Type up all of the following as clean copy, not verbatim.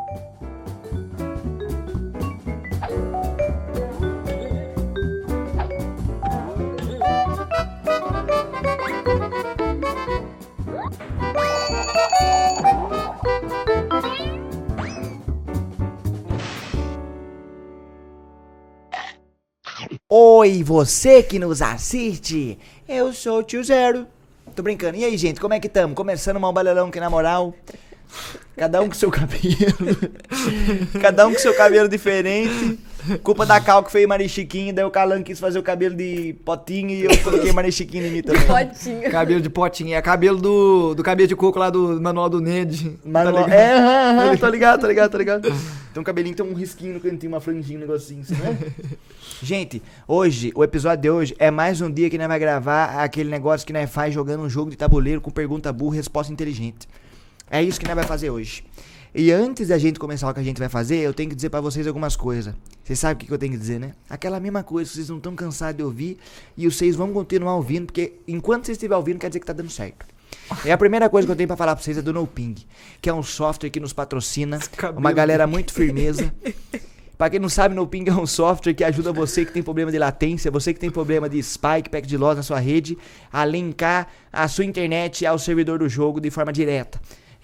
Oi, você que nos assiste, eu sou o Tio Zero. Tô brincando. E aí, gente, como é que tamo? Começando mal balelão aqui na moral. Cada um com seu cabelo. Cada um com seu cabelo diferente. Culpa da Cal que fez Marichiquinho, daí o Calan quis fazer o cabelo de potinho e eu coloquei Marichiquinho em mim também. Potinho. Cabelo de potinho. É cabelo do cabelo de coco lá do manual do Ned. Manual... Tá ligado? Tem um cabelinho, tem um risquinho no cantinho, uma franjinha, um negocinho, assim, né? Gente, hoje, o episódio de hoje é mais um dia que nós vai gravar aquele negócio que nós faz jogando um jogo de tabuleiro com pergunta burra e resposta inteligente. É isso que nós vai fazer hoje. E antes da gente começar o que a gente vai fazer, eu tenho que dizer pra vocês algumas coisas. Vocês sabem o que eu tenho que dizer, né? Aquela mesma coisa, vocês não estão cansados de ouvir e vocês vão continuar ouvindo, porque enquanto vocês estiverem ouvindo, quer dizer que tá dando certo. E a primeira coisa que eu tenho pra falar pra vocês é do NoPing, que é um software que nos patrocina, uma galera muito firmeza. Pra quem não sabe, NoPing é um software que ajuda você que tem problema de latência, você que tem problema de spike, pack de loss na sua rede, a linkar a sua internet ao servidor do jogo de forma direta.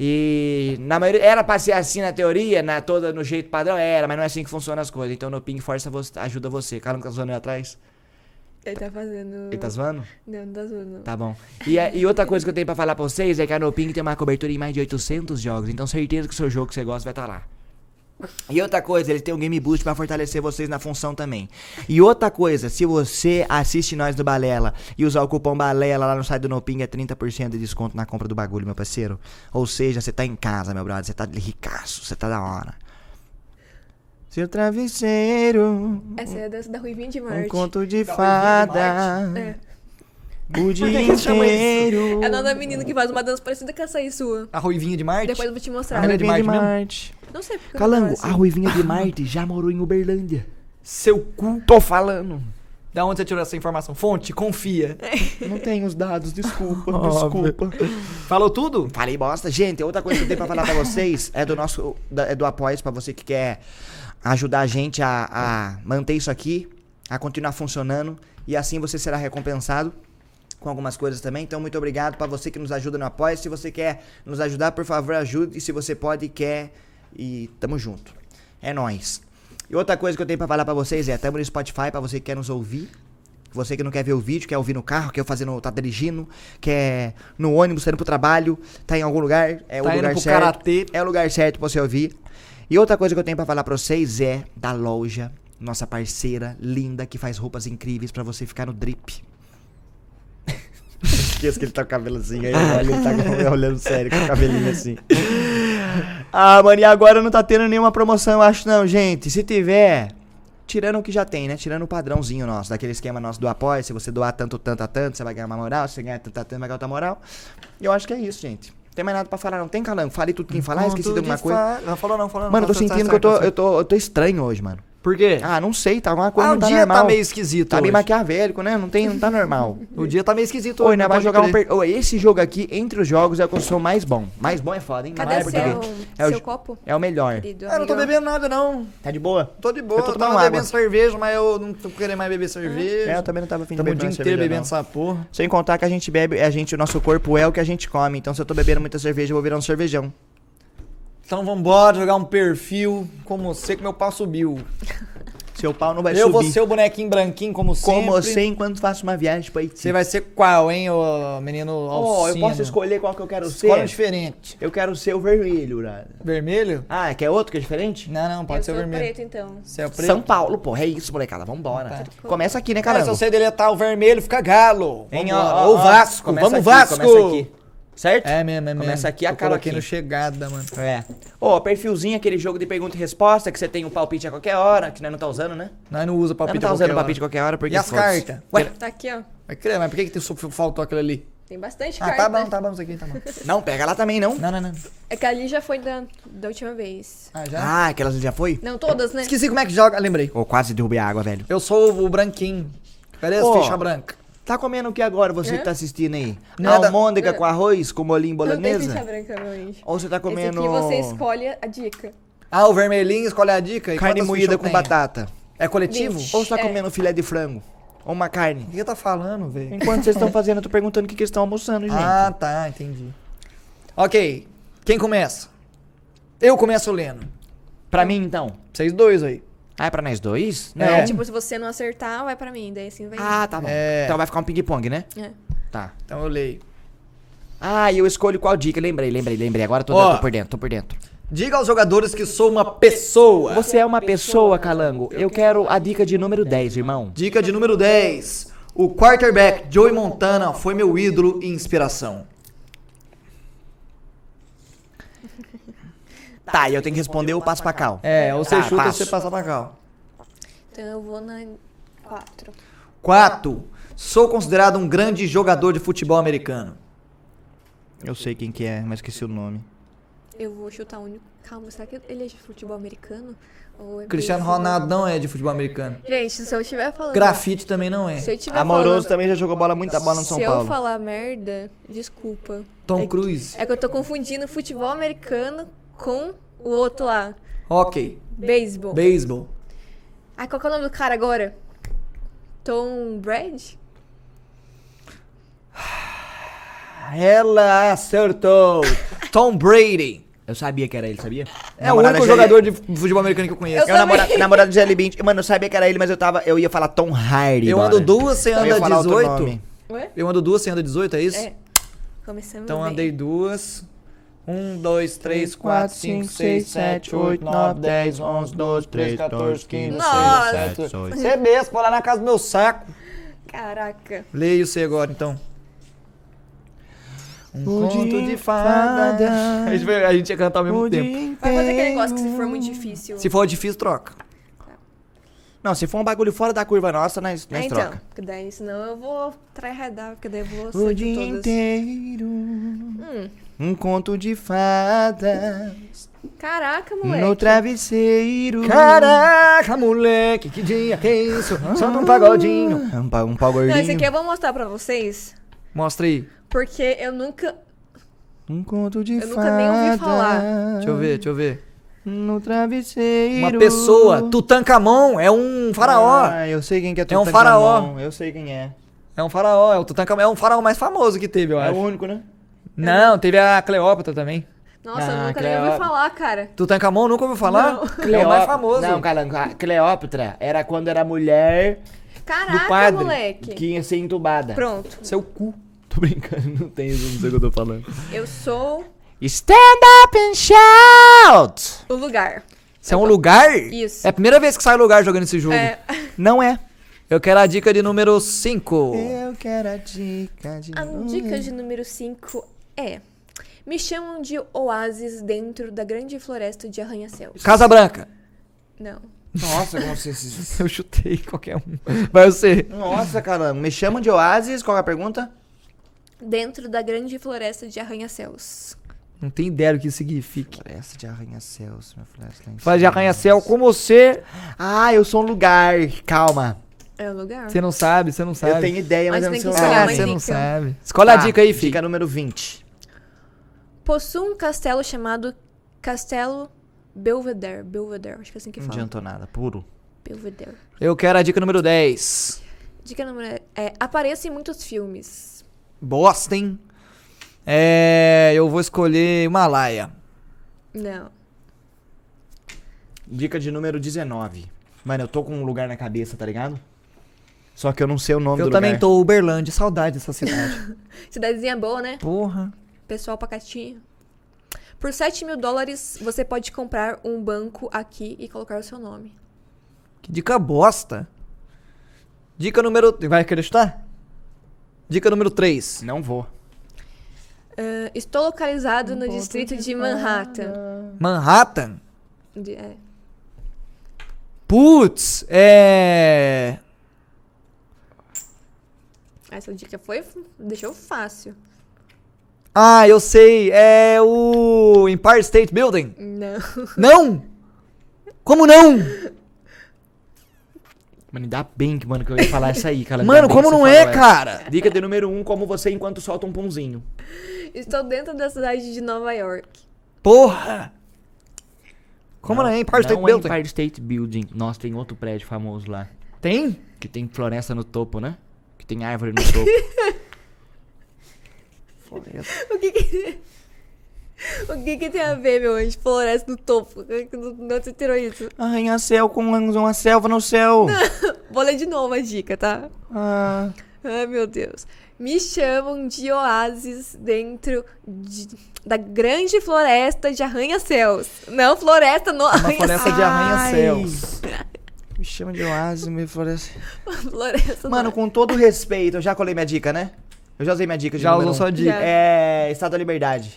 E na maioria, era pra ser assim na teoria, no jeito padrão, mas não é assim que funcionam as coisas. Então o NoPing ajuda você. Cara, não tá zoando aí atrás? Ele tá fazendo... Ele tá zoando? Não tá zoando, não. Tá bom. E outra coisa que eu tenho pra falar pra vocês é que a NoPing tem uma cobertura em mais de 800 jogos. Então certeza que o seu jogo que você gosta vai estar lá. E outra coisa, ele tem um Game Boost pra fortalecer vocês na função também. E outra coisa, se você assiste nós do Balela e usar o cupom BALELA lá no site do NoPing, é 30% de desconto na compra do bagulho, meu parceiro. Ou seja, você tá em casa, meu brother, você tá ricaço, você tá da hora. Seu travesseiro. Essa é a dança da Ruivinha de Marte. Um conto de fada. É. O dia inteiro. É o nome da menina que faz uma dança parecida com essa aí sua. A Ruivinha de Marte? Depois eu vou te mostrar. A Ruivinha de Ruivinha Marte mesmo? Não sei porque Calango, eu a Ruivinha de Marte já morou em Uberlândia. Seu cu. Tô falando. Da onde você tirou essa informação? Fonte, confia. Não tenho os dados, desculpa. Falou tudo? Falei bosta. Gente, outra coisa que eu tenho pra falar pra vocês é do Apoia, pra você que quer ajudar a gente a manter isso aqui, a continuar funcionando, e assim você será recompensado com algumas coisas também. Então, muito obrigado pra você que nos ajuda no Apoia. Se você quer nos ajudar, por favor, ajude. E se você pode, quer, e tamo junto. É nóis. E outra coisa que eu tenho pra falar pra vocês é, tamo no Spotify pra você que quer nos ouvir. Você que não quer ver o vídeo, quer ouvir no carro, quer fazer tá dirigindo, quer no ônibus, tá indo pro trabalho, tá em algum lugar, é o lugar certo. Karatê. É o lugar certo pra você ouvir. E outra coisa que eu tenho pra falar pra vocês é da loja, nossa parceira linda, que faz roupas incríveis pra você ficar no drip. Esqueço que ele tá com o cabelo assim, aí olha, ele tá olhando sério com o cabelinho assim. Ah, mano, e agora não tá tendo nenhuma promoção, eu acho não, gente. Se tiver, tirando o que já tem, né? Tirando o padrãozinho nosso, daquele esquema nosso do apoio. Se você doar tanto, você vai ganhar uma moral. Se você ganhar tanto, vai ganhar outra moral. Eu acho que é isso, gente. Não tem mais nada pra falar, não. Tem, Calango? Falei tudo que tem que falar, esqueci de alguma coisa. Não, falou não. Mano, eu tô sentindo que eu tô estranho hoje, mano. Por quê? Ah, não sei, tá alguma coisa não o tá dia normal. tá meio esquisito Tá hoje. meio maquiavélico, né? Não tá normal. O dia tá meio esquisito Oi, hoje. né? não Vai pode jogar crer. esse jogo aqui, entre os jogos, é o que eu sou mais bom. Mais bom é foda, hein? Cadê Não é português. seu É o- copo? É o melhor. Querido Eu não tô amigo? bebendo nada, não. Tá de boa? Tô de boa, Eu tô eu tomando tava água. bebendo cerveja, mas eu não tô querendo mais beber cerveja. É, eu também não tava afim de Tamo o beber dia uma inteiro cerveja, bebendo não. essa porra. Sem contar que a gente bebe, o nosso corpo é o que a gente come. Então se eu tô bebendo muita cerveja, eu vou virar um cervejão. Então vambora jogar um perfil como você que meu pau subiu. Seu pau não vai Eu subir. vou ser o bonequinho branquinho como sempre. Como você enquanto faço uma viagem pra Haiti. Você vai ser qual, hein, ô menino Oh, eu Alcino? posso escolher qual que eu quero Escolhe um ser? diferente. Eu quero ser o vermelho, brother. Vermelho? Ah, quer outro que é diferente? Não, pode Eu ser o sou vermelho. preto, então. Você é o preto? São Paulo, porra. É isso, molecada. Vambora. Tá. Começa aqui, né, Cara, cara? se você deletar o vermelho, fica galo. Hein, Vambora. ó, Ou Vasco. Começa Vamos, aqui, Vasco. Começa aqui. Certo? É mesmo. Começa aqui, acaba coloquei aqui. no chegada, mano. É. Ô, perfilzinho, aquele jogo de pergunta e resposta, que você tem o palpite a qualquer hora, que nós não tá usando, né? Nós não usa Nós palpite não tá usando qualquer palpite a hora. qualquer hora, porque E as foda-se. cartas? Ué, Tá aqui, ó. vai crer, mas por que faltou aquilo ali? Tem bastante Ah, carta. tá bom, isso aqui, tá bom. Não, pega lá também, não. Não. É que ali já foi da última vez. Ah, já? Ah, aquelas já foi? Não, todas, né? Esqueci como é que joga, lembrei. Ô, quase derrubei a água, velho. Eu sou o branquinho. Cadê as Ô, fichas brancas? Tá comendo o que agora, você É? que tá assistindo aí? Nada. Almôndega com arroz, com molinho Não tem bolonhesa? ficha branca, meu anjo. Ou você tá comendo... Esse aqui você escolhe a dica. Ah, o vermelhinho, escolhe a dica. E Carne quantas moída fichas com tem? batata. É coletivo? 20. Ou você tá É. comendo filé de frango? Ou uma carne? O que você tá falando, velho? Enquanto vocês estão fazendo, eu tô perguntando o que eles estão almoçando, gente. Ah, tá, entendi. Ok, quem começa? Eu começo lendo. Pra mim, então. Vocês dois aí. Ah, é pra nós dois? Não. É, tipo, se você não acertar, vai pra mim. Daí assim vai. Ah, tá bom. É. Então vai ficar um ping-pong, né? É. Tá. Então eu leio. Ah, e eu escolho qual dica. Lembrei. Agora eu Ó. tô por dentro. Diga aos jogadores que sou uma pessoa. Você é uma pessoa, Calango. Eu quero a dica de número 10, irmão. Dica de número 10. O quarterback Joey Montana foi meu ídolo e inspiração. Tá, e eu tenho que responder ou passo pra cá. É, ou você Tá, chuta ou passo. você passa pra cá. Então eu vou na 4. 4. Sou considerado um grande jogador de futebol americano. Eu sei quem que é, mas esqueci o nome. Eu vou chutar um único. Calma, será que ele é de futebol americano? Ou é Cristiano beisebol? Ronaldo não é de futebol americano. Gente, se eu estiver falando. Grafite também não é. Se eu estiver Amoroso falando. também já jogou muita bola no São Se eu Paulo. falar merda, desculpa. Tom Cruise. É que eu tô confundindo futebol americano com o outro lá. Ok. Beisebol. Beisebol. Ah, qual que é o nome do cara agora? Tom Brady? Ela acertou. Tom Brady. Eu sabia que era ele, sabia? É o único jogador de futebol americano que eu conheço. Eu também. namorado de Jelly Bean. Mano, eu sabia que era ele, mas eu ia falar Tom Hardy. Eu ando 2, você Eu ia anda falar outro 18. nome. Ué? Eu ando 2, você anda 18, é isso? É. Começamos Então bem. andei 2. 1, 2, 3, 4, 5, 6, 7, 8, 9, 10, 11, 12, 13, 14, 15, Nossa. 16, 17. Você é mesmo, pode lá na casa do meu saco. Caraca. Leia você agora, então. Um O conto dia de fada. fada. A gente ia cantar ao mesmo tempo. Vai fazer aquele negócio que se for muito difícil. Se for difícil, troca. Não, se for um bagulho fora da curva nossa, nós Então, troca. porque daí senão eu vou tryhardar, porque daí eu vou O acertar dia todas. inteiro, um conto de fadas Caraca, moleque. no travesseiro. Caraca, moleque, que dia que é isso? Só num pagodinho. Um pau gordinho. Não, esse aqui eu vou mostrar pra vocês, Mostra aí. porque eu nunca... Um conto de Eu nunca nem ouvi falar. Deixa eu ver. No travesseiro. Uma pessoa. Tutankhamon é um faraó. Ah, eu sei quem que é É um Tutankhamon. faraó. Eu sei quem é. É um faraó. É o Tutankhamon. É um faraó mais famoso que teve, eu É o acho. único, né? Não, teve a Cleópatra também. Nossa, Ah, eu nunca nem ouvi Cleópatra. falar, cara. Tutankhamon nunca ouviu falar? É o mais famoso. Não, Calango, a Cleópatra era quando era mulher do Caraca, padre moleque. que ia ser entubada. Pronto. Seu cu. Tô brincando, não tem isso, não sei o que eu tô falando. Eu sou Stand up and shout! o lugar. Isso é um lugar? Isso. É a primeira vez que sai lugar jogando esse jogo. É, Não é. Eu quero a dica de número 5. Eu quero a dica de... a dica de número 5 é... Me chamam de oásis dentro da grande floresta de arranha-céus. Casa Branca. Não. Nossa, como você... Eu chutei qualquer um. Vai você. Nossa, Calango, me chamam de oásis, qual é a pergunta? Dentro da grande floresta de arranha-céus. Não tem ideia do que isso significa. Floresta de arranha-céus, minha floresta lá em Faz de cima. arranha-céu como você. Ah, eu sou um lugar, calma. É o lugar? Você não sabe, você não sabe. Eu tenho ideia, mas, Mas eu não tem sei o que Ah, escolher nome. uma você não dica. sabe. Escolhe a Tá, dica aí, filho. Dica número 20. Possui um castelo chamado Castelo Belvedere. Belvedere, acho que é assim que Não fala. adiantou nada, puro. Belvedere. Eu quero a dica número 10. Dica número... apareça em muitos filmes. Bosta, hein? Eu vou escolher Himalaia. Não. Dica de número 19. Mano, eu tô com um lugar na cabeça, tá ligado? Só que eu não sei o nome Eu do também lugar. tô Uberlândia, saudade dessa cidade. Cidadezinha boa, né? Porra. Pessoal pacatinho. Por $7.000, você pode comprar um banco aqui e colocar o seu nome. Que dica bosta. Dica número... Vai querer chutar? Dica número 3. Não vou. Estou localizado no distrito de Manhattan. Manhattan? É. Putz, Essa dica deixou fácil. Ah, eu sei. É o Empire State Building. Não. Não? Como não? Mano, ainda bem que, mano, que eu ia falar isso aí, cara. Mano, Ainda bem como que você não falou é, essa. cara? Dica de número 1, como você enquanto solta um punzinho. Estou dentro da cidade de Nova York. Porra. Como não é Empire State Não é Building? Empire State Building. Nossa, tem outro prédio famoso lá. Tem? Que tem floresta no topo, né? Que tem árvore no topo. O que tem a ver, meu anjo? Floresta no topo. Não você tirou isso. Arranha-céu com uma selva no céu. Vou ler de novo a dica, tá? Ah, Ai, meu Deus. Me chamam de oásis dentro da grande floresta de arranha-céus. Não, floresta no Uma arranha-céus. floresta de arranha-céus. me chama de oásis, me floresta. Floresta Mano, com todo respeito, eu já colei minha dica, né? Eu já usei minha dica de Já número usou sua 1. dica. Já. É... Estado da Liberdade.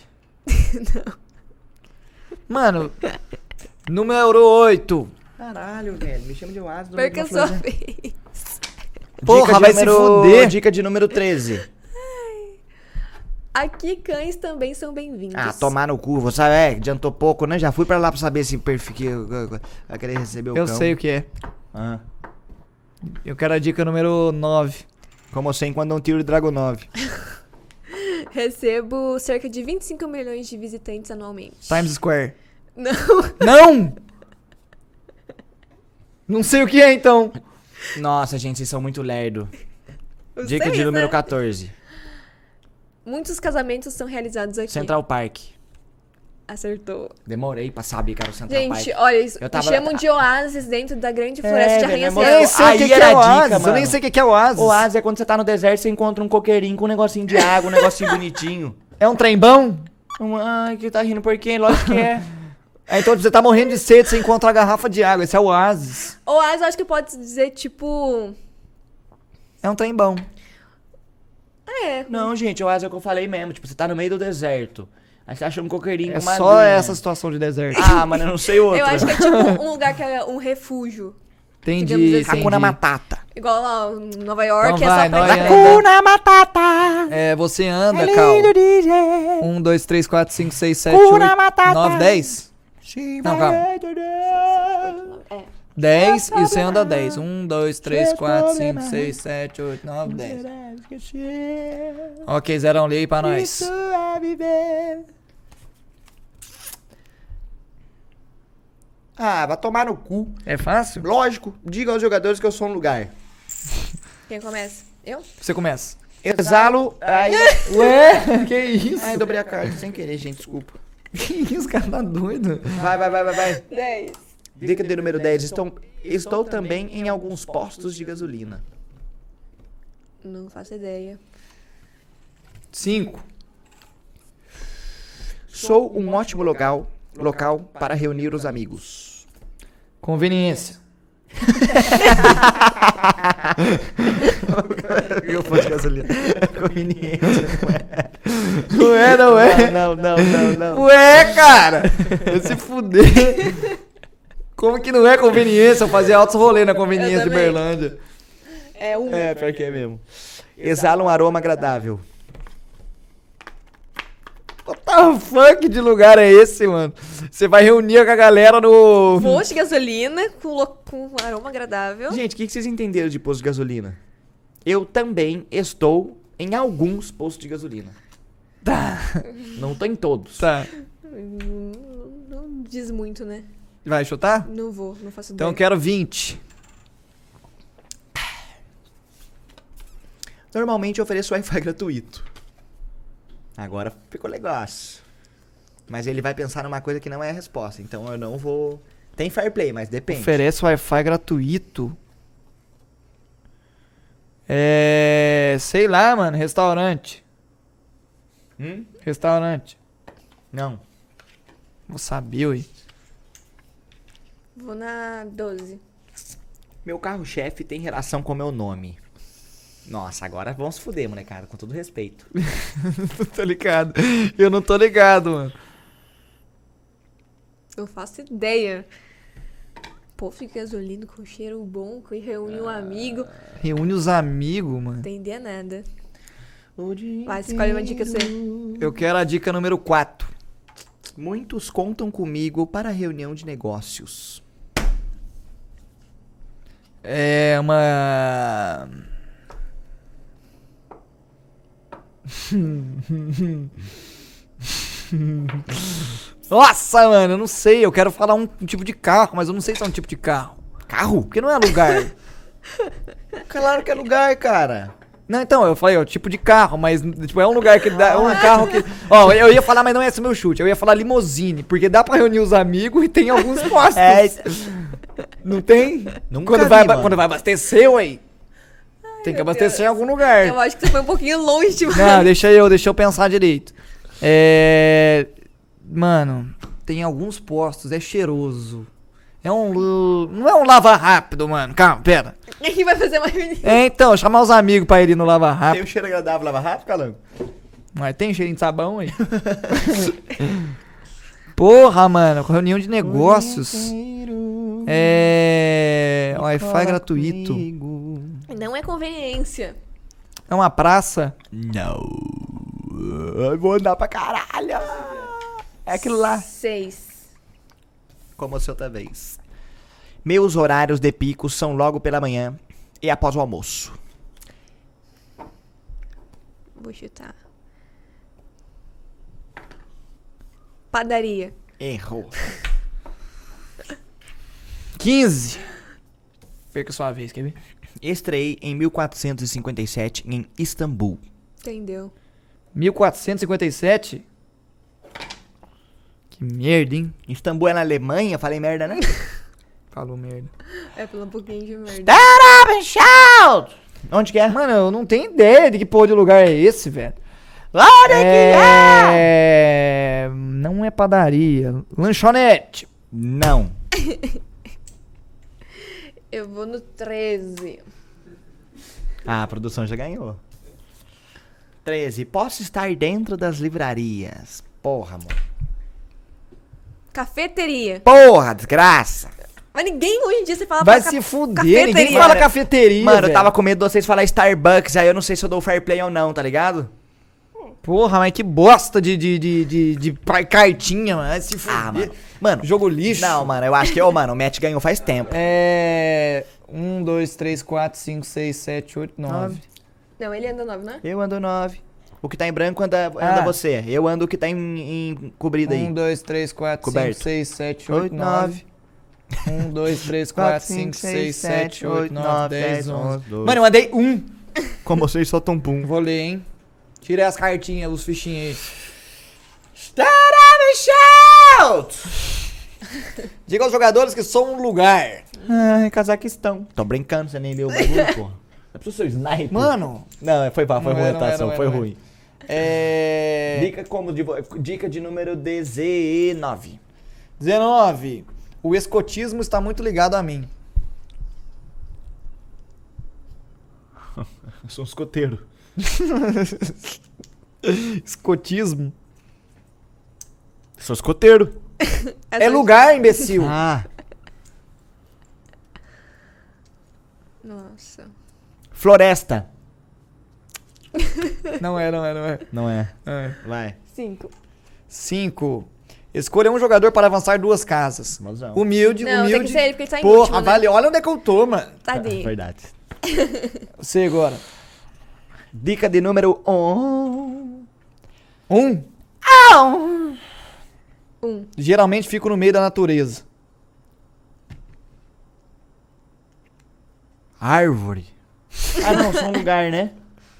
Mano, número 8. Caralho, velho. Me chama de oásis. Perca a sua vez. Porra, vai se fuder. Dica de número 13. Aqui cães também são bem-vindos. Ah, tomar no cu. Você adiantou pouco, né? Já fui pra lá pra saber se perfil que vai querer receber o Eu cão. sei o que é. Ah. Eu quero a dica número 9. Como assim quando um tiro de Dragonov. Recebo cerca de 25 milhões de visitantes anualmente. Times Square. Não. Não! Não sei o que é, então. Nossa, gente, vocês são muito lerdo. Eu Dica sei, de número né? 14. Muitos casamentos são realizados aqui. Central Park. Acertou. Demorei pra saber que era o Central Gente, Park. olha, isso Eu tava- me chamam de oásis dentro da grande floresta de velho, arranha-céus. é Eu nem sei o Aí que, que era é a dica, oásis. Eu mano. nem sei o que é oásis. Oásis é quando você tá no deserto, você encontra um coqueirinho com um negocinho de água, um negocinho bonitinho. É um trembão? Ai, que tá rindo por quê? Lógico que é. É, então você tá morrendo de sede, você encontra a garrafa de água. Esse é o oásis. Oásis, eu acho que pode dizer, tipo... É um trembão. É, Não, gente, oásis é o que eu falei mesmo. Tipo, você tá no meio do deserto. Aí você acha um coqueirinho É com uma só aguinha. essa situação de deserto. Ah, mano, eu não sei outra. eu acho que é tipo um lugar que é um refúgio. digamos Entendi, assim. entendi. Hakuna Matata. Igual lá em Nova York, Então é vai, só pra... nós anda. Hakuna Matata. É, você anda, Cal. 1, 2, 3, 4, 5, 6, 7, Hakuna 8, Matata. 9, 10. Não, calma. É. 10 e você anda 10. 1, 2, 3, 4, 5, 6, 7, 8, 9, 10. Ok, zerão, lê aí pra nós. Ah, vai tomar no cu. É fácil? Lógico, diga aos jogadores que eu sou um lugar. Quem começa? Eu? Você começa. Exalo. Ai, Ué, que isso? ai, dobrei a carta sem querer, gente, desculpa. Que isso, cara tá doido. Vai. 10. Dica de número 10. Estou também em alguns postos de gasolina. Não faço ideia. 5. Sou um ótimo local para reunir os amigos. Conveniência. Eu posto de gasolina. Conveniência. Não é? Não. Ué, cara! Vai se fuder. Como que não é conveniência? Eu fazia altos rolê na conveniência Eu de também. Berlândia. É um. É, pior que é mesmo. Exala um aroma agradável. What the fuck de lugar é esse, mano? Você vai reunir com a galera no... Posto de gasolina com aroma agradável. Gente, o que vocês entenderam de posto de gasolina? Eu também estou em alguns postos de gasolina. Tá. Não tô em todos. Tá. Não diz muito, né? Vai chutar? Não vou, não faço Então eu ideia. quero 20. Normalmente eu ofereço Wi-Fi gratuito. Agora ficou legal. Mas ele vai pensar numa coisa que não é a resposta. Então eu não vou... Tem fair play, mas depende. Oferece Wi-Fi gratuito. Sei lá, mano. Restaurante. Restaurante. Não. Vou saber, ui. Vou na 12. Meu carro-chefe tem relação com meu nome. Nossa, agora vamos se fuder, molecada, com todo respeito. Não tô ligado. Eu não tô ligado, mano. Não faço ideia. Posto de gasolina com cheiro bom, que reúne um amigo. Reúne os amigos, mano. Não entendi nada. Vai, escolhe uma dica você. Eu quero a dica número 4. Muitos contam comigo para reunião de negócios. É uma... Nossa, mano, eu não sei. Eu quero falar um tipo de carro, mas eu não sei se é um tipo de carro. Carro? Porque não é lugar. Claro que é lugar, cara. Não, então, eu falei, ó, tipo de carro, mas, tipo, é um lugar que dá, é um carro que... Ó, eu ia falar, mas não é esse o meu chute, eu ia falar limousine, porque dá pra reunir os amigos e tem alguns postos. Não tem? Nunca Quando vi, vai, mano. quando vai abastecer, ué, tem que abastecer em algum lugar. Eu acho que você foi um pouquinho longe demais. Não, deixa eu pensar direito. Mano, tem alguns postos, é cheiroso. Não é um lava rápido, mano, calma, pera. Quem vai fazer uma reunião? Então, chamar os amigos pra ir no lava Tem rápido. um cheiro agradável, lava rápido, Calango? Mas tem cheirinho de sabão aí. Porra, mano, reunião de negócios. Wi-Fi gratuito. Não é conveniência. É uma praça. Não. Eu vou andar pra caralho. É aquilo lá. 6. Como o seu outra vez. Meus horários de pico são logo pela manhã e após o almoço. Vou chutar. Padaria. Errou. 15. Perca sua vez, quer ver? Estreiei em 1457 em Istambul. Entendeu? 1457? Que merda, hein? Istambul é na Alemanha? Falei merda, né? Falou merda. É pelo um pouquinho de merda. Stand up and shout! Onde que é? Mano, eu não tenho ideia de que porra de lugar é esse, velho. Onde que é? Não é padaria. Lanchonete. Não. Eu vou no 13. Ah, a produção já ganhou. 13. Posso estar dentro das livrarias. Porra, amor. Cafeteria. Porra, desgraça. Mas ninguém hoje em dia você fala Vai pra se fuder, cafeteria. ninguém fala cafeteria, Mano, eu velho. tava com medo de vocês falar Starbucks, aí eu não sei se eu dou fair play ou não, tá ligado? Porra, mas que bosta de cartinha, mano. Vai se fuder. Ah, mano. Mano, Jogo lixo. não, mano, eu acho que, mano, o Matt ganhou faz tempo. 1, 2, 3, 4, 5, 6, 7, 8, 9. Não, ele anda 9, né? Eu ando 9. O que tá em branco anda você. Eu ando o que tá em cobrido aí. 1, 2, 3, 4, Coberto. 5, 6, 7, 8, 9. 1, 2, 3, 4, 5, 6, 7, 8, 9, 10, 11. Mano, eu andei 1. Como vocês só tão pum. Vou ler, hein? Tirei as cartinhas, os fichinhos aí. Stand up and shout! Diga aos jogadores que sou um lugar. Ai, Cazaquistão. Tô brincando, você nem leu o bagulho, porra. É pro seu sniper. Mano. Não, foi Não ruim é, a não é, atuação, não é, foi não é. ruim. Dica de número 19. 19. O escotismo está muito ligado a mim. Eu sou um escoteiro. Escotismo? Sou escoteiro. É lugar, imbecil. Ah. Nossa. Floresta. Não é, não é, não é. Não é. É. Vai. 5. 5. Escolha um jogador para avançar 2 casas. Mozão. Não, Humilde, tem humilde. que ser ele, porque ele tá em Porra, último, né? vale. Olha onde é que eu tô, mano. Tadinho. Verdade. Você agora. Dica de número 1. 1. 1. Geralmente fico no meio da natureza. Árvore. Ah, não, só um lugar, né?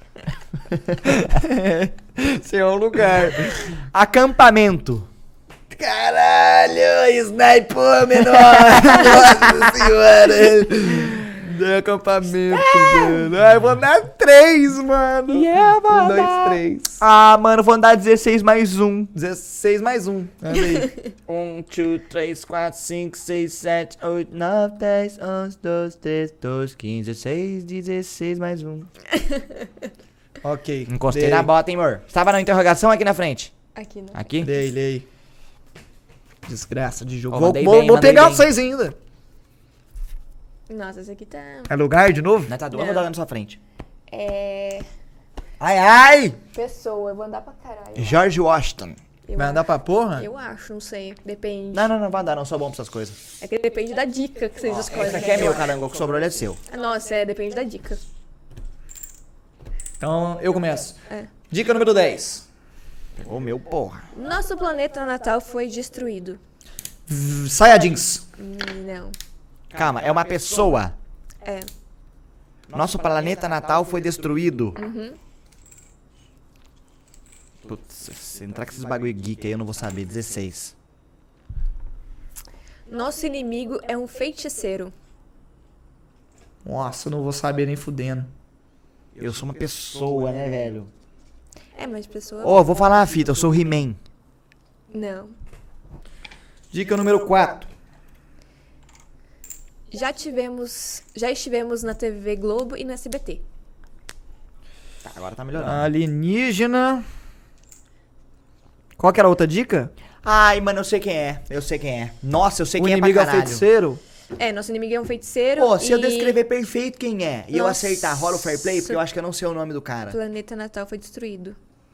Esse é um lugar. Acampamento. Caralho, sniper menor. Nossa senhora. De acampamento, velho. Ai, eu vou andar 3, mano. Yeah, 1, 2, 3. Ah, mano, vou andar 16 mais 1. 16 mais 1. Anda aí. 1, 2, 3, 4, 5, 6, 7, 8, 9, 10, 11, 12, 13, 14, 15, 16, 16 mais 1. Ok. Encostei Dei. na bota, hein, amor? Estava na interrogação aqui na frente. Aqui, né? Aqui? Lei. Desgraça de jogo. Ó, Vou, mandei vou- bem, vou mandei pegar bem. vocês ainda. Nossa, esse aqui tá... É lugar de novo? Não, tá duas Não. rodadas na sua frente. É... Ai, ai. Pessoa, eu vou andar pra caralho. George Washington. Eu Vai acho. andar pra porra? Eu acho, não sei. Depende. Não vai andar, não sou bom pra essas coisas. É que depende da dica que vocês escolhem. Esse aqui é meu, caramba, o que sobrou ele é seu. Nossa, depende da dica. Então, eu começo. É. Dica número 10. Ô, meu porra. Nosso planeta natal foi destruído. Saiyajins. Não. Calma, é uma pessoa. É. Nosso planeta natal foi destruído. Putz, se entrar com esses bagulho geek aí eu não vou saber. 16. Nosso inimigo é um feiticeiro. Nossa, eu não vou saber nem fudendo. Eu sou uma pessoa, né, velho? É, mas pessoa... Ó, vou falar a fita, eu sou o He-Man. Não. Dica número 4. Já estivemos na TV Globo e no SBT. Tá, agora tá melhorando. Alienígena. Qual que era a outra dica? Ai, mano, eu sei quem é. Eu sei quem é. Nossa, eu sei O quem é pra inimigo é o caralho. feiticeiro? É, nosso inimigo é um feiticeiro. Pô, se eu e descrever perfeito quem é e eu Nossa. acertar, rola o fair play, porque eu acho que eu não sei o nome do o cara. planeta natal foi destruído.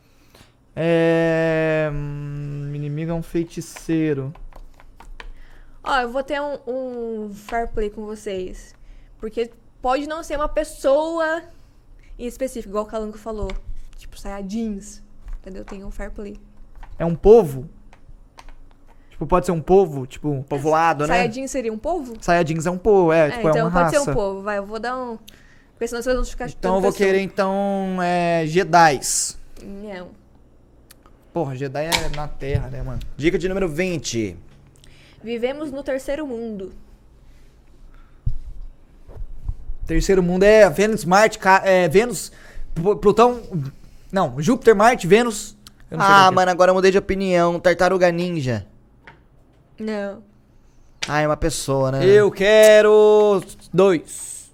Inimigo é um feiticeiro. Ó, eu vou ter um fair play com vocês. Porque pode não ser uma pessoa em específico, igual o Calango falou. Tipo, Saiyajins. Entendeu? Tem um fair play. É um povo? Tipo, pode ser um povo? Tipo, Povoado, né? Saiyajin seria um povo? Saiyajins é um povo, tipo, então é uma pode raça. ser um povo. Vai, eu vou dar um... Porque senão vocês vão ficar Então chutando eu vou pessoa. querer, então, Jedis. Não. Porra, Jedi é na Terra, né, mano? Dica de número 20. Vivemos no terceiro mundo. Terceiro mundo é Vênus, Marte, Vênus, Plutão... Não, Júpiter, Marte, Vênus... Eu não sei qual que é. Mano, agora eu mudei de opinião. Tartaruga Ninja. Não. Ah, é uma pessoa, né? Eu quero 2.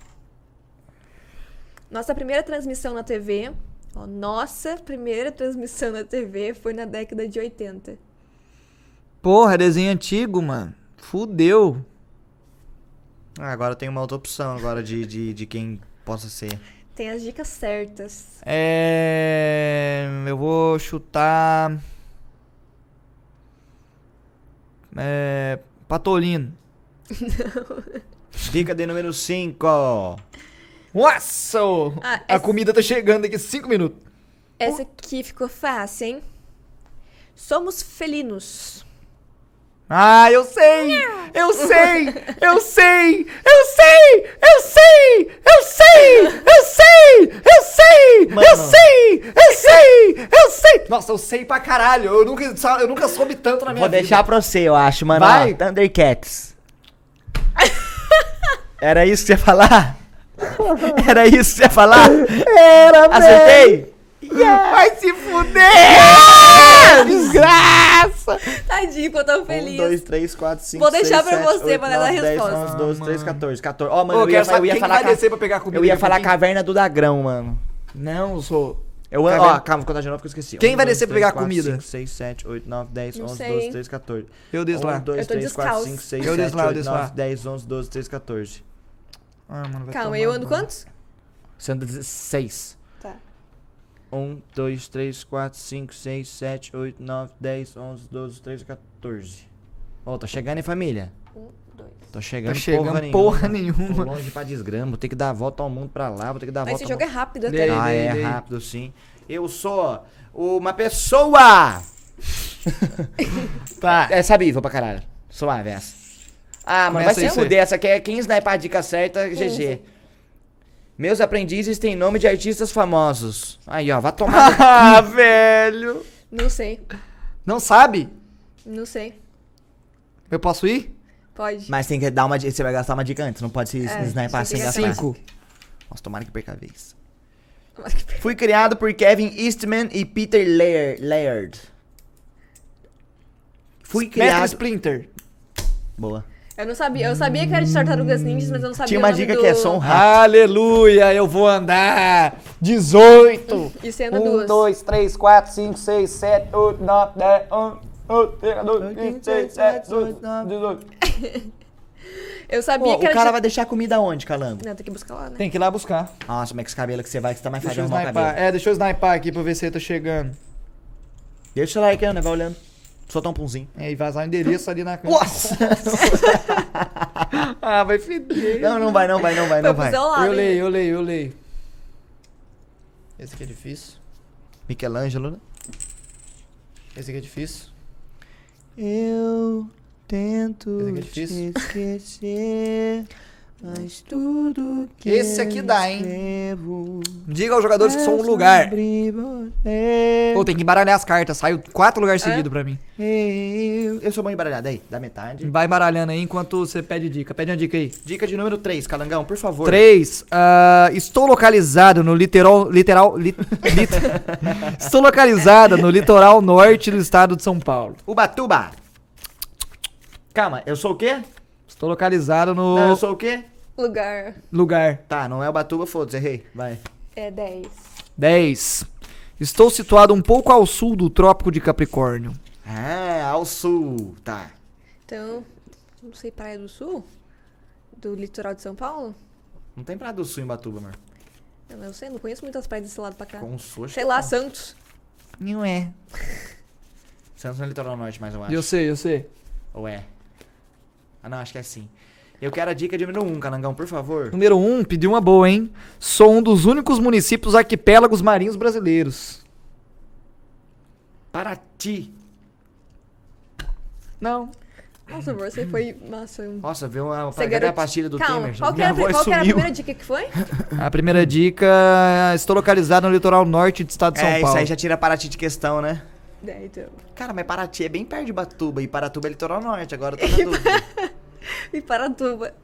Nossa primeira transmissão na TV... Ó, nossa primeira transmissão na TV foi na década de 80. Porra, desenho antigo, mano. Fudeu. Ah, agora eu tenho uma outra opção agora de quem possa ser. Tem as dicas certas. Eu vou chutar... Patolino. Dica de número 5. Nossa! Ah, A essa- comida tá chegando daqui 5 minutos. Essa aqui ficou fácil, hein? Somos felinos. Ah, eu sei! Eu sei! Eu sei! Eu sei! Eu sei! Eu sei! Eu sei! Eu sei! Mano. Eu sei! Eu sei! Eu sei! Nossa, eu sei pra caralho. Eu nunca soube tanto na minha Vou vida. deixar pra você, eu acho, mano. Vai. Ó, Thundercats. Era isso que você ia falar? Era isso que você ia falar? Era, Acertei? Vai se fuder! Desgraça! Tadinho, pô, tão 1, feliz. 2, 3, 4, 5, Vou 6, deixar pra 7, você 8, pra dar a 9, 10, resposta. 11, 12, 13, 14. 14. Ó, Ô, mano, eu quero saber eu ia quem falar... vai descer pra pegar comida. Eu ia daqui a falar pouquinho. Caverna do Dragão, mano. Não, sou... Ó, Caverna- calma, vou contar de novo que eu esqueci. Quem 1, vai 2, descer pra 3, pegar 4, comida? 5, 6, 7, 8, 9, 10, Não 11, sei, 12, hein? 13, 14. Eu desço lá. 1, 2, Eu tô 3, 4, descalço. 5, 6, Eu 7, desço lá, eu 8, desço 9, lá. 10, 11, 12, 13, 14. Ah, mano, vai Calma, tomar eu ando banho. quantos? Você anda 16. Tá. 1, 2, 3, 4, 5, 6, 7, 8, 9, 10, 11, 12, 13, 14. Ó, tô chegando, hein, família? 1, 2. Tô chegando, Tá chegando porra Tô nenhuma. longe pra desgrama, vou ter que dar a volta ao mundo pra lá, vou ter que dar a Mas volta esse ao jogo é mundo. rápido Dei. até. Ah, é Dei. rápido, sim. Eu sou uma pessoa! Tá. É sabível pra caralho. Suave essa. Ah, mano, vai Começa se aí, fuder. Essa aqui é quem sniper a dica certa, GG. Meus aprendizes têm nome de artistas famosos. Aí, ó, vai tomar. Ah, velho. Não sei. Não sabe? Não sei. Eu posso ir? Pode. Mas tem que dar uma dica. Você vai gastar uma dica antes, não pode se sniper você tem sem que gastar. gastar. 5. Nossa, tomara que perca a vez. Fui criado por Kevin Eastman e Peter Laird. Fui Mestre criado. Splinter. Boa. Eu não sabia. Eu sabia que era de Tartarugas Ninjas, mas eu não sabia Tinha o uma nome dica do... que é só um rato. Aleluia, eu vou andar 18. E sendo 1, duas. 2, 3, 4, 5, 6, 7, 8, 9, 10, 11, 12, 13, 16, 17, 18. Eu sabia Pô, que o era cara de... vai deixar a comida onde, Calango? Não, tem que buscar lá, né? Tem que ir lá buscar. Nossa, mas que esse cabelo que você vai, que você tá mais Deixa eu fazendo mal snipar. cabelo. Deixa eu snipar aqui pra ver se ele tá chegando. Deixa o like, né? Vai olhando. Soltar um punzinho. E vazar o endereço ali na câmera. Nossa! Ah, vai feder. Não vai. Foi pro seu lado, Eu hein? leio. Esse aqui é difícil. Michelangelo, né? Esse aqui é difícil. Eu tento Esse aqui é difícil. te esquecer, mas tudo que Esse aqui dá, hein? escrevo Diga aos jogadores que são um é lugar. sobre você. Pô, tem que embaralhar as cartas. Saiu 4 lugares seguidos pra mim. Eu sou bom embaralhado aí, da metade. Vai embaralhando aí enquanto você pede dica. Pede uma dica aí. Dica de número 3, Calangão, por favor. 3. Estou localizado no Estou localizada no litoral norte do estado de São Paulo. Ubatuba. Calma, eu sou o quê? Estou localizado no Não, eu sou o quê? Lugar lugar. Tá, não é Ubatuba, foda-se, errei. Vai. é 10. 10. Estou situado um pouco ao sul do Trópico de Capricórnio. Ah, ao sul. Tá. Então, não sei, Praia do Sul? Do litoral de São Paulo? Não tem Praia do Sul em Ubatuba, amor. Eu não sei, não conheço muitas praias desse lado pra cá. Com sul, acho Sei que lá, não. Santos. Não é. Santos no litoral norte, mais eu acho. Eu sei. Ou é? Ah, não, acho que é sim. Eu quero a dica de número 1, Calangão, por favor. Número 1, pediu uma boa, hein? Sou um dos únicos municípios arquipélagos marinhos brasileiros. Paraty. Não. Nossa, você foi... Nossa, Nossa, viu uma Você cadê a garante- pastilha do Calma, Temer? qual que Minha era, voz qual que era a sumiu. primeira dica que foi? A primeira dica, estou localizado no litoral norte do estado de São É, Paulo. isso aí já tira Paraty de questão, né? É, então. Cara, mas Paraty é bem perto de Batuba e Paratuba é litoral norte, agora eu tô na dúvida. E Paratuba.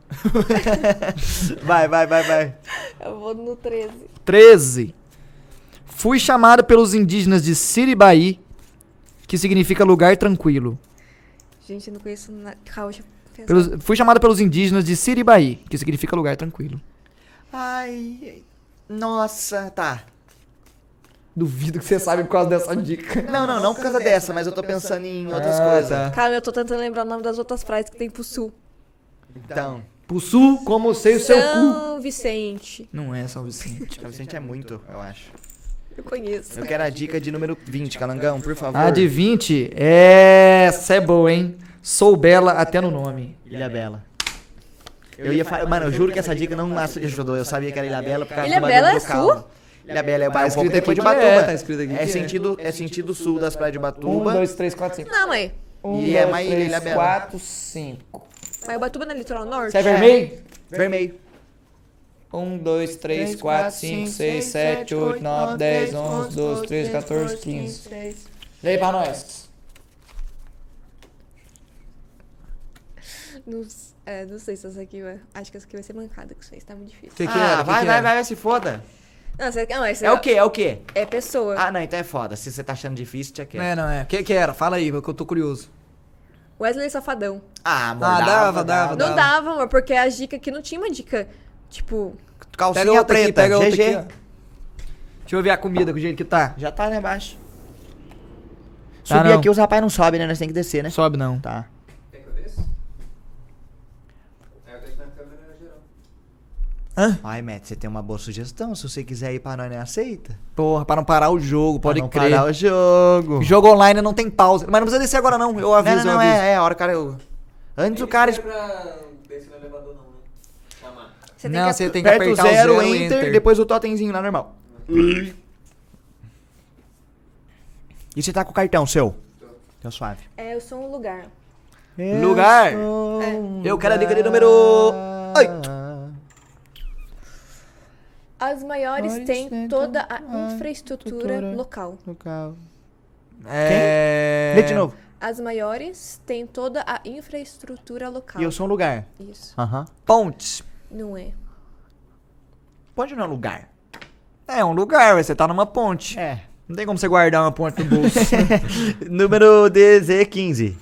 Vai. Eu vou no 13. 13. Fui chamado pelos indígenas de Siribaí, que significa lugar tranquilo. Gente, eu não conheço nada. Calma, deixa eu pensar. Fui chamado pelos indígenas de Siribaí, que significa lugar tranquilo. Ai, nossa, tá. Duvido que você saiba por causa dessa dica. Não por causa dessa, mas eu tô pensando em outras Ah, coisas. tá. Calma, eu tô tentando lembrar o nome das outras praias que tem pro sul. Então, Pro sul, como sei o seu cu. São Vicente. Não é São Vicente. São Vicente é muito, eu acho. Eu conheço. Eu quero a dica de número 20, Calangão, por favor. A de 20, essa é boa, hein? Sou bela até no nome. Ilha Bela. Eu ia falar, mano, eu juro que essa dica não me ajudou. Eu sabia que era Ilha Bela por causa Ilha do Bela bagulho é do calmo. sul? Ilha Bela é Tá um escrito pouco depois de aqui que Batuba. é, tá escrito aqui que É sentido sul das praias de 1, Batuba. 2, 3, 4, 5. Não, mãe. 1, E é mais Ilha Bela. 4, 5. Mas Ubatuba não é litoral norte? Você é vermelho? Vermelho. 1, 2, 3, 4, 5, 6, 7, 8, 9, 10, 11, 12, 13, 14, 15. Lê aí pra nós. Não sei se essa aqui vai... Acho que essa aqui vai ser mancada, que isso aí tá muito difícil. Que era? Vai, se foda. Não, essa É o quê? É pessoa. Ah, não, então é foda. Se você tá achando difícil, tinha que. Não é. Que era? Fala aí, que eu tô curioso. Wesley Safadão. Ah, amor, dava. Não dava, amor, porque a dica aqui não tinha uma dica, tipo... Calcinha Pega outra aqui, preta, pega outra GG. aqui, ó. Deixa eu ver a comida, do jeito que tá. Já tá lá embaixo. Tá, Subir não. aqui, os rapazes não sobem, né? Nós tem que descer, né? Sobe não. Tá. Quer que eu desça? Eu deixo na câmera geral. Ai, Matt, você tem uma boa sugestão. Se você quiser ir pra nós, não aceita. Porra, pra não parar o jogo, pode Pra não crer. parar o jogo. Jogo online não tem pausa. Mas não precisa descer agora não, eu aviso, Não, eu aviso. é a hora, cara. Antes o cara. Não é pra descer no elevador, não, né? Chamar. Você Não, tem você que... tem que Aperta o apertar zero, o enter, depois o totemzinho lá normal. E você tá com o cartão seu? Tá suave. eu sou um lugar. Lugar. Eu quero a dica de número 8. As maiores têm toda a infraestrutura local. Lê de novo. As maiores têm toda a infraestrutura local. E eu sou um lugar. Isso. Aham. Ponte. Não é. Pode não é lugar. É um lugar, você tá numa ponte. É. Não tem como você guardar uma ponte no bolso. Número DZ15.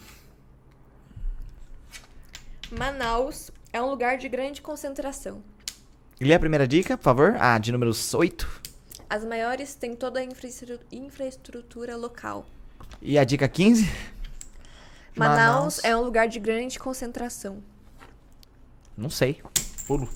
Manaus é um lugar de grande concentração. Lê a primeira dica, por favor. Ah, de número 8. As maiores têm toda a infraestrutura local. E a dica 15? Manaus é um lugar de grande concentração. Não sei. Pulo.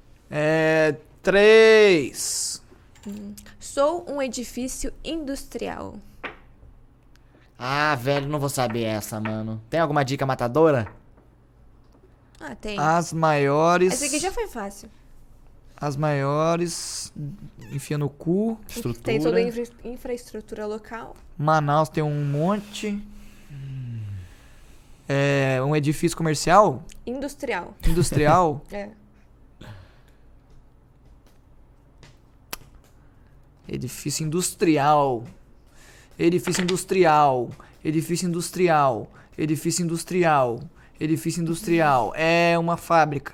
3. Sou um edifício industrial. Ah, velho, não vou saber essa, mano. Tem alguma dica matadora? Ah, tem. As maiores. Esse aqui já foi fácil. As maiores, enfia no cu. Tem toda a infraestrutura local. Manaus tem um monte. É um edifício comercial? Industrial. Industrial? É. Edifício industrial. Edifício industrial. Edifício industrial. Edifício industrial. Edifício industrial. É uma fábrica.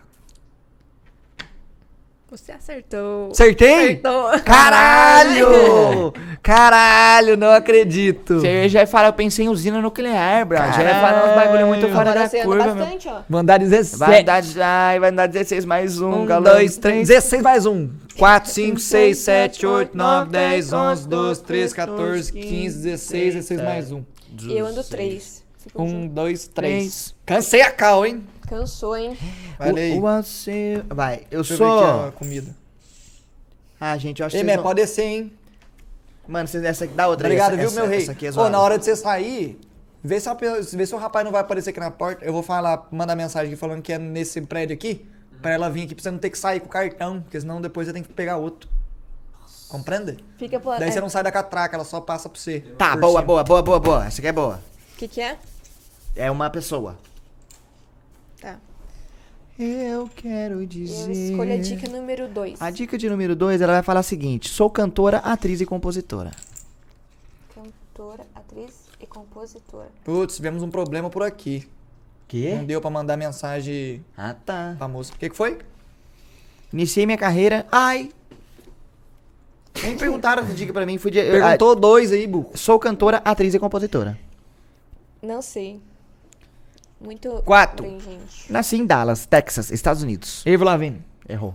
Você acertou. Acertei? Acertou. Caralho! Caralho, não acredito. Você já ia falar, eu pensei em usina nuclear, bro. Já ia Caralho. falar uns bagulho muito fora Agora da você anda curva, meu. bastante, ó. Vou andar 17. Vai dar 16 mais um, 1, galão. 2, 3, 16 mais 1. 4, 5, 6, 7, 8, 9, 10, 11, 12, 13, 14, 15, 16, 16 mais 1. Eu ando 3. 1, 2, 3. Cansei a cal, hein? Cansou, hein? Olha aí. Vai, eu Deixa eu ver aqui sou... a comida. Ah, gente, eu acho Ei, que Mé, vocês não... pode descer, hein? Mano, essa aqui dá outra aí, Obrigado, viu, essa, meu rei? Essa aqui é Ô, zoada. na hora de você sair, vê se o rapaz não vai aparecer aqui na porta. Eu vou falar, mandar mensagem aqui falando que é nesse prédio aqui, pra ela vir aqui, pra você não ter que sair com o cartão, porque senão depois você tem que pegar outro. Compreende? Fica por... Daí você não sai da catraca, ela só passa pra você. Tá, por boa, cima. boa. Essa aqui é boa. O que é? É uma pessoa. Tá. Eu quero Eu dizer... escolho a dica número 2. A dica de número 2, ela vai falar o seguinte. Sou cantora, atriz e compositora. Cantora, atriz e compositora. Putz, tivemos um problema por aqui. Não deu pra mandar mensagem Ah, tá. pra moça. O que foi? Iniciei minha carreira... Ai! Nem perguntaram essa dica pra mim. Fui de... Perguntou 2 aí, burro. Sou cantora, atriz e compositora. Não sei. Muito 4. abrangente. Nasci em Dallas, Texas, Estados Unidos. Evo Lavigne. Errou.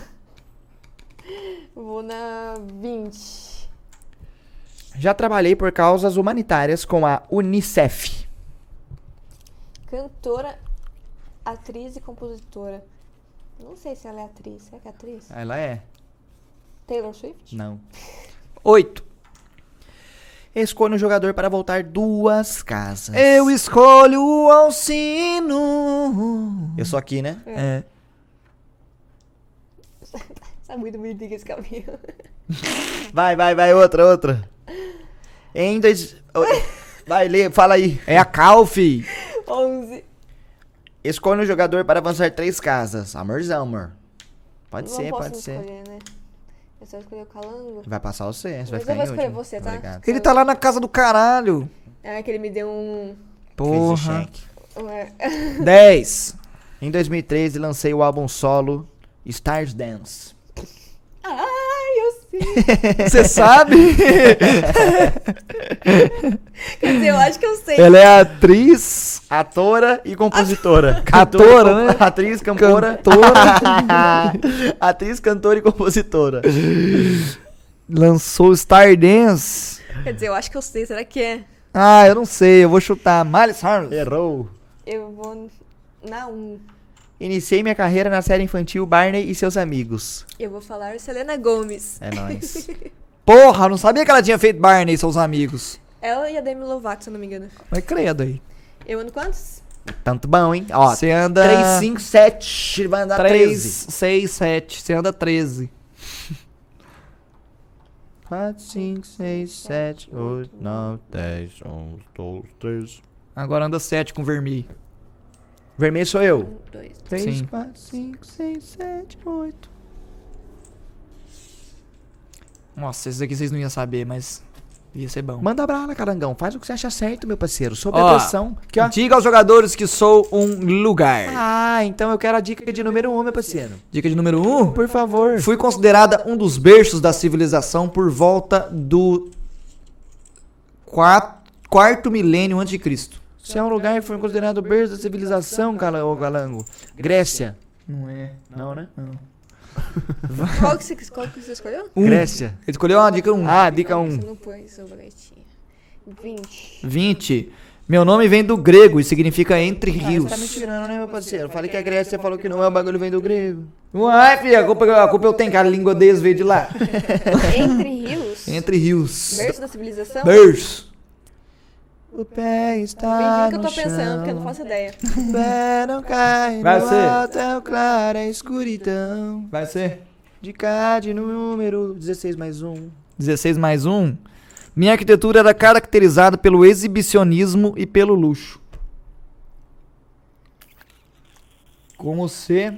Vou na 20. Já trabalhei por causas humanitárias com a Unicef. Cantora, atriz e compositora. Não sei se ela é atriz. Será que é atriz? Ela é? Taylor Swift? Não. 8. Escolha um jogador para voltar 2 casas. Eu escolho o Alcino. Eu sou aqui, né? É. Tá muito bonitinho esse caminho. Vai, outra. Em dois... Vai, Lê, fala aí. É a Cal, fi. 11. Escolha um jogador para avançar 3 casas. Amorzão, amor. Pode Não ser, posso pode ser. escolher, né? Eu só escolhi o Calango. Vai passar você, você vai Mas ficar eu vou em escolher último. você, tá? Obrigado. Ele tá lá na casa do caralho. É que ele me deu um... Porra. Crazy Shank. 10. Em 2013, lancei o álbum solo Stars Dance. Ai, eu sei. Você sabe? Quer dizer, eu acho que eu sei. Ela é atriz. Atora e compositora. Atora, né? Atriz, cantora. Atriz, cantora e compositora. Lançou Stardance. Quer dizer, eu acho que eu sei. Será que é? Ah, eu não sei. Eu vou chutar. Miley Cyrus. Errou. Eu vou na 1. Iniciei minha carreira na série infantil Barney e seus amigos. Eu vou falar Selena Gomez. É nóis. Porra, eu não sabia que ela tinha feito Barney e seus amigos. Ela e a Demi Lovato, se eu não me engano. Mas credo aí. Eu ando quantos? Tanto bom, hein? Ó, Você anda 3, 5, 7. Vai andar 3, 13. 6, 7. Você anda 13. 4, 5, 6, 7, 8, 9, 10, 11, 12, 13. Agora anda 7 com vermelho. Vermelho sou eu. 1, 2, 3, Sim. 4, 5, 6, 7, 8. Nossa, esses aqui vocês não iam saber, mas ia ser bom. Manda brala, Carangão. Faz o que você acha certo, meu parceiro. Sob Ó, a pressão. Aqui, ó. Diga aos jogadores que sou um lugar. Ah, então eu quero a dica de número 1, meu parceiro. Dica de número 1. Por favor. Fui considerada um dos berços da civilização por volta do quarto milênio antes de Cristo. Se é um lugar que foi considerado berço da civilização, ô Galango. Grécia. Não é. Não, né? Qual que você escolheu? Grécia. Ele escolheu uma dica 1. Ah, dica Você 1. não põe, seu bagatinho. 20. 20. Meu nome vem do grego e significa entre rios. Você tá me tirando, né, meu parceiro? Falei que a Grécia falou que não é, o bagulho vem do grego. Uai, filha, a culpa eu tenho, cara. A língua deles veio de lá. Entre rios? Entre rios. Berço da civilização? Berço. O pé Bem-vindo está que eu no tô pensando, porque eu não chão. faço ideia. O pé não cai Vai no ser. alto, é o claro, é a escuridão. Vai ser. Dica de número 16 mais 1. 16 mais 1. Minha arquitetura era caracterizada pelo exibicionismo e pelo luxo. Como ser...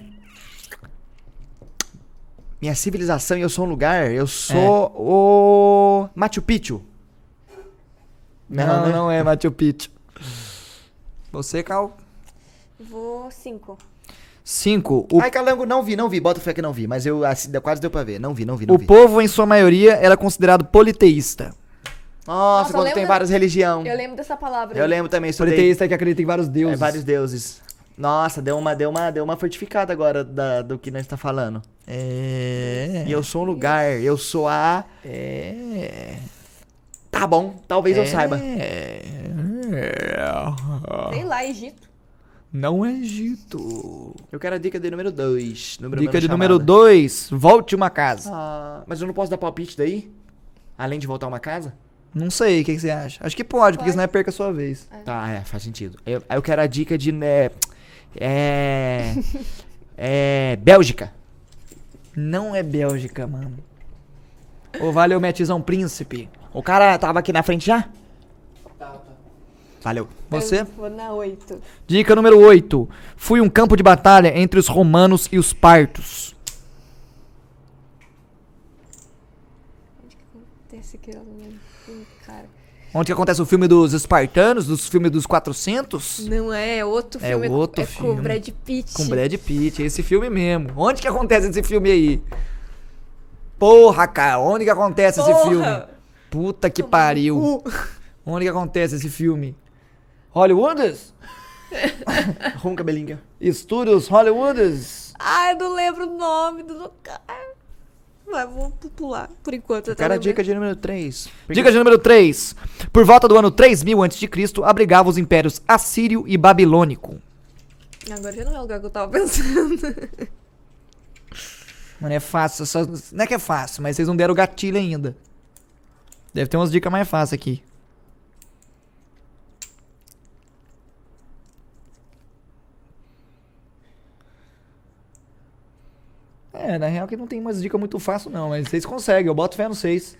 Minha civilização e eu sou um lugar. Eu sou o Machu Picchu. Não, né? não é Machu Picchu. Você, Cal? Vou 5. 5. Ai, Calango, não vi. Bota fé que não vi. Mas eu assim, quase deu pra ver. Não vi. O povo, em sua maioria, era considerado politeísta. Nossa, eu quando lembro tem várias religiões. Eu lembro dessa palavra. Eu lembro também, estudei. Politeísta é que acredita em vários deuses. Vários deuses. Nossa, deu uma fortificada agora do que nós está falando. E eu sou um lugar, eu sou a... Tá bom, talvez eu saiba. Sei lá, Egito. Não é Egito. Eu quero a dica de número 2. Dica de número 2. Volte uma casa. Mas eu não posso dar palpite daí? Além de voltar uma casa? Não sei, o que você acha? Acho que pode, porque Pode. senão é perca a sua vez. Tá, faz sentido. Eu quero a dica de... Bélgica. Não é Bélgica, mano. Ô, valeu, Metizão Príncipe. O cara tava aqui na frente já? Tá. Valeu. Você? Eu vou na 8. Dica número 8. Fui um campo de batalha entre os romanos e os partos. Onde que acontece aquilo? Cara. Onde que acontece o filme dos espartanos, dos filmes dos 400? Não é outro É filme. outro com filme. o Brad Pitt. Com Brad Pitt, é esse filme mesmo. Onde que acontece esse filme aí? Porra, cara, onde que acontece esse Porra! filme? Puta que pariu. Onde que acontece esse filme? Hollywoods? Arruma o cabelinho. Estúdios Hollywoods? Ah, eu não lembro o nome do lugar. Mas vou pular por enquanto. Eu quero a dica de número 3. Dica de número 3. Por volta do ano 3000 a.C., abrigava os impérios assírio e babilônico. Agora já não é o lugar que eu tava pensando. Mano, é fácil. Não é que é fácil, mas vocês não deram o gatilho ainda. Deve ter umas dicas mais fáceis aqui. Na real que não tem umas dicas muito fácil não, mas vocês conseguem, eu boto fé no 6.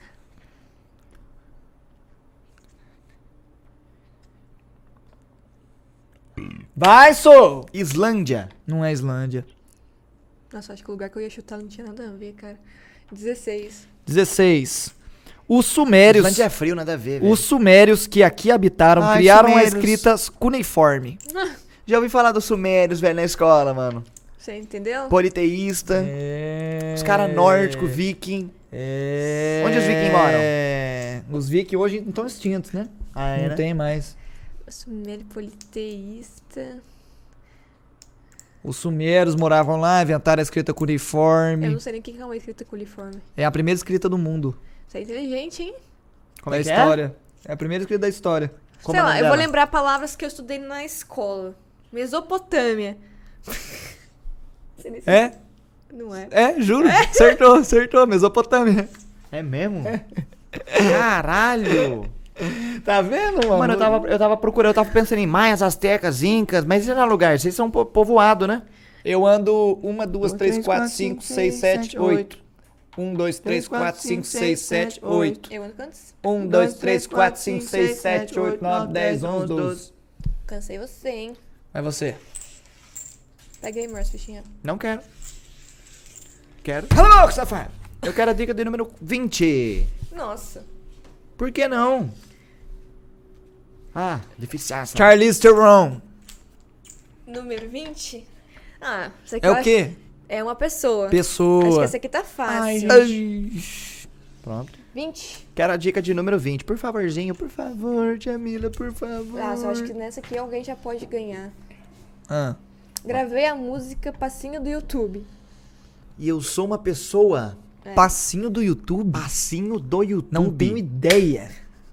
Vai, sou! Islândia. Não é Islândia. Nossa, acho que o lugar que eu ia chutar não tinha nada a ver, cara. 16. 16. Os sumérios... Islândia é frio, nada a ver, velho. Os sumérios que aqui habitaram Ai, criaram sumérios. a escrita cuneiforme. Já ouvi falar dos sumérios, velho, na escola, mano. Você entendeu? Politeísta. Os caras nórdicos, viking. Onde os vikings moram? Os vikings hoje não estão extintos, né? Não né? tem mais. Sumério politeísta. Os sumérios moravam lá, inventaram a escrita Eu cuneiforme. não sei nem o que é uma escrita coliforme. É a primeira escrita do mundo. Você é inteligente, hein? Como da é que história. É a primeira escrita da história. Como sei é o lá, nome eu vou dela? lembrar palavras que eu estudei na escola. Mesopotâmia. Você nem sabe. É? Não é. É, juro. Acertou. Mesopotâmia. É mesmo? Caralho! Tá vendo, mano? Mano, eu tava procurando, eu tava pensando em maias, astecas, incas, mas isso não é lugar, vocês são povoado, né? Eu ando 1, 2, 3, 4, 5, 6, 7, 8. 1, 2, 3, 4, 5, 6, 7, 8. Eu ando quantos? 1, 2, 3, 4, 5, 6, 7, 8, 9, 10, 11, 12. Cansei você, hein? Vai você. Pega aí, Márcio, fichinha. Não quero. Quero. Cala a boca, safado. Eu quero a dica de número 20. Nossa. Por que não? Ah, difícil. Charlize Theron. Número 20? Ah, isso aqui É eu o acho- quê? É uma pessoa. Pessoa. Acho que essa aqui tá fácil. Ai. Pronto. 20? Quero a dica de número 20. Por favorzinho, por favor, Jamila, por favor. Ah, só acho que nessa aqui alguém já pode ganhar. Ah. Gravei a música Passinho do YouTube. E eu sou uma pessoa. Passinho do YouTube? Passinho do YouTube. Não tenho ideia.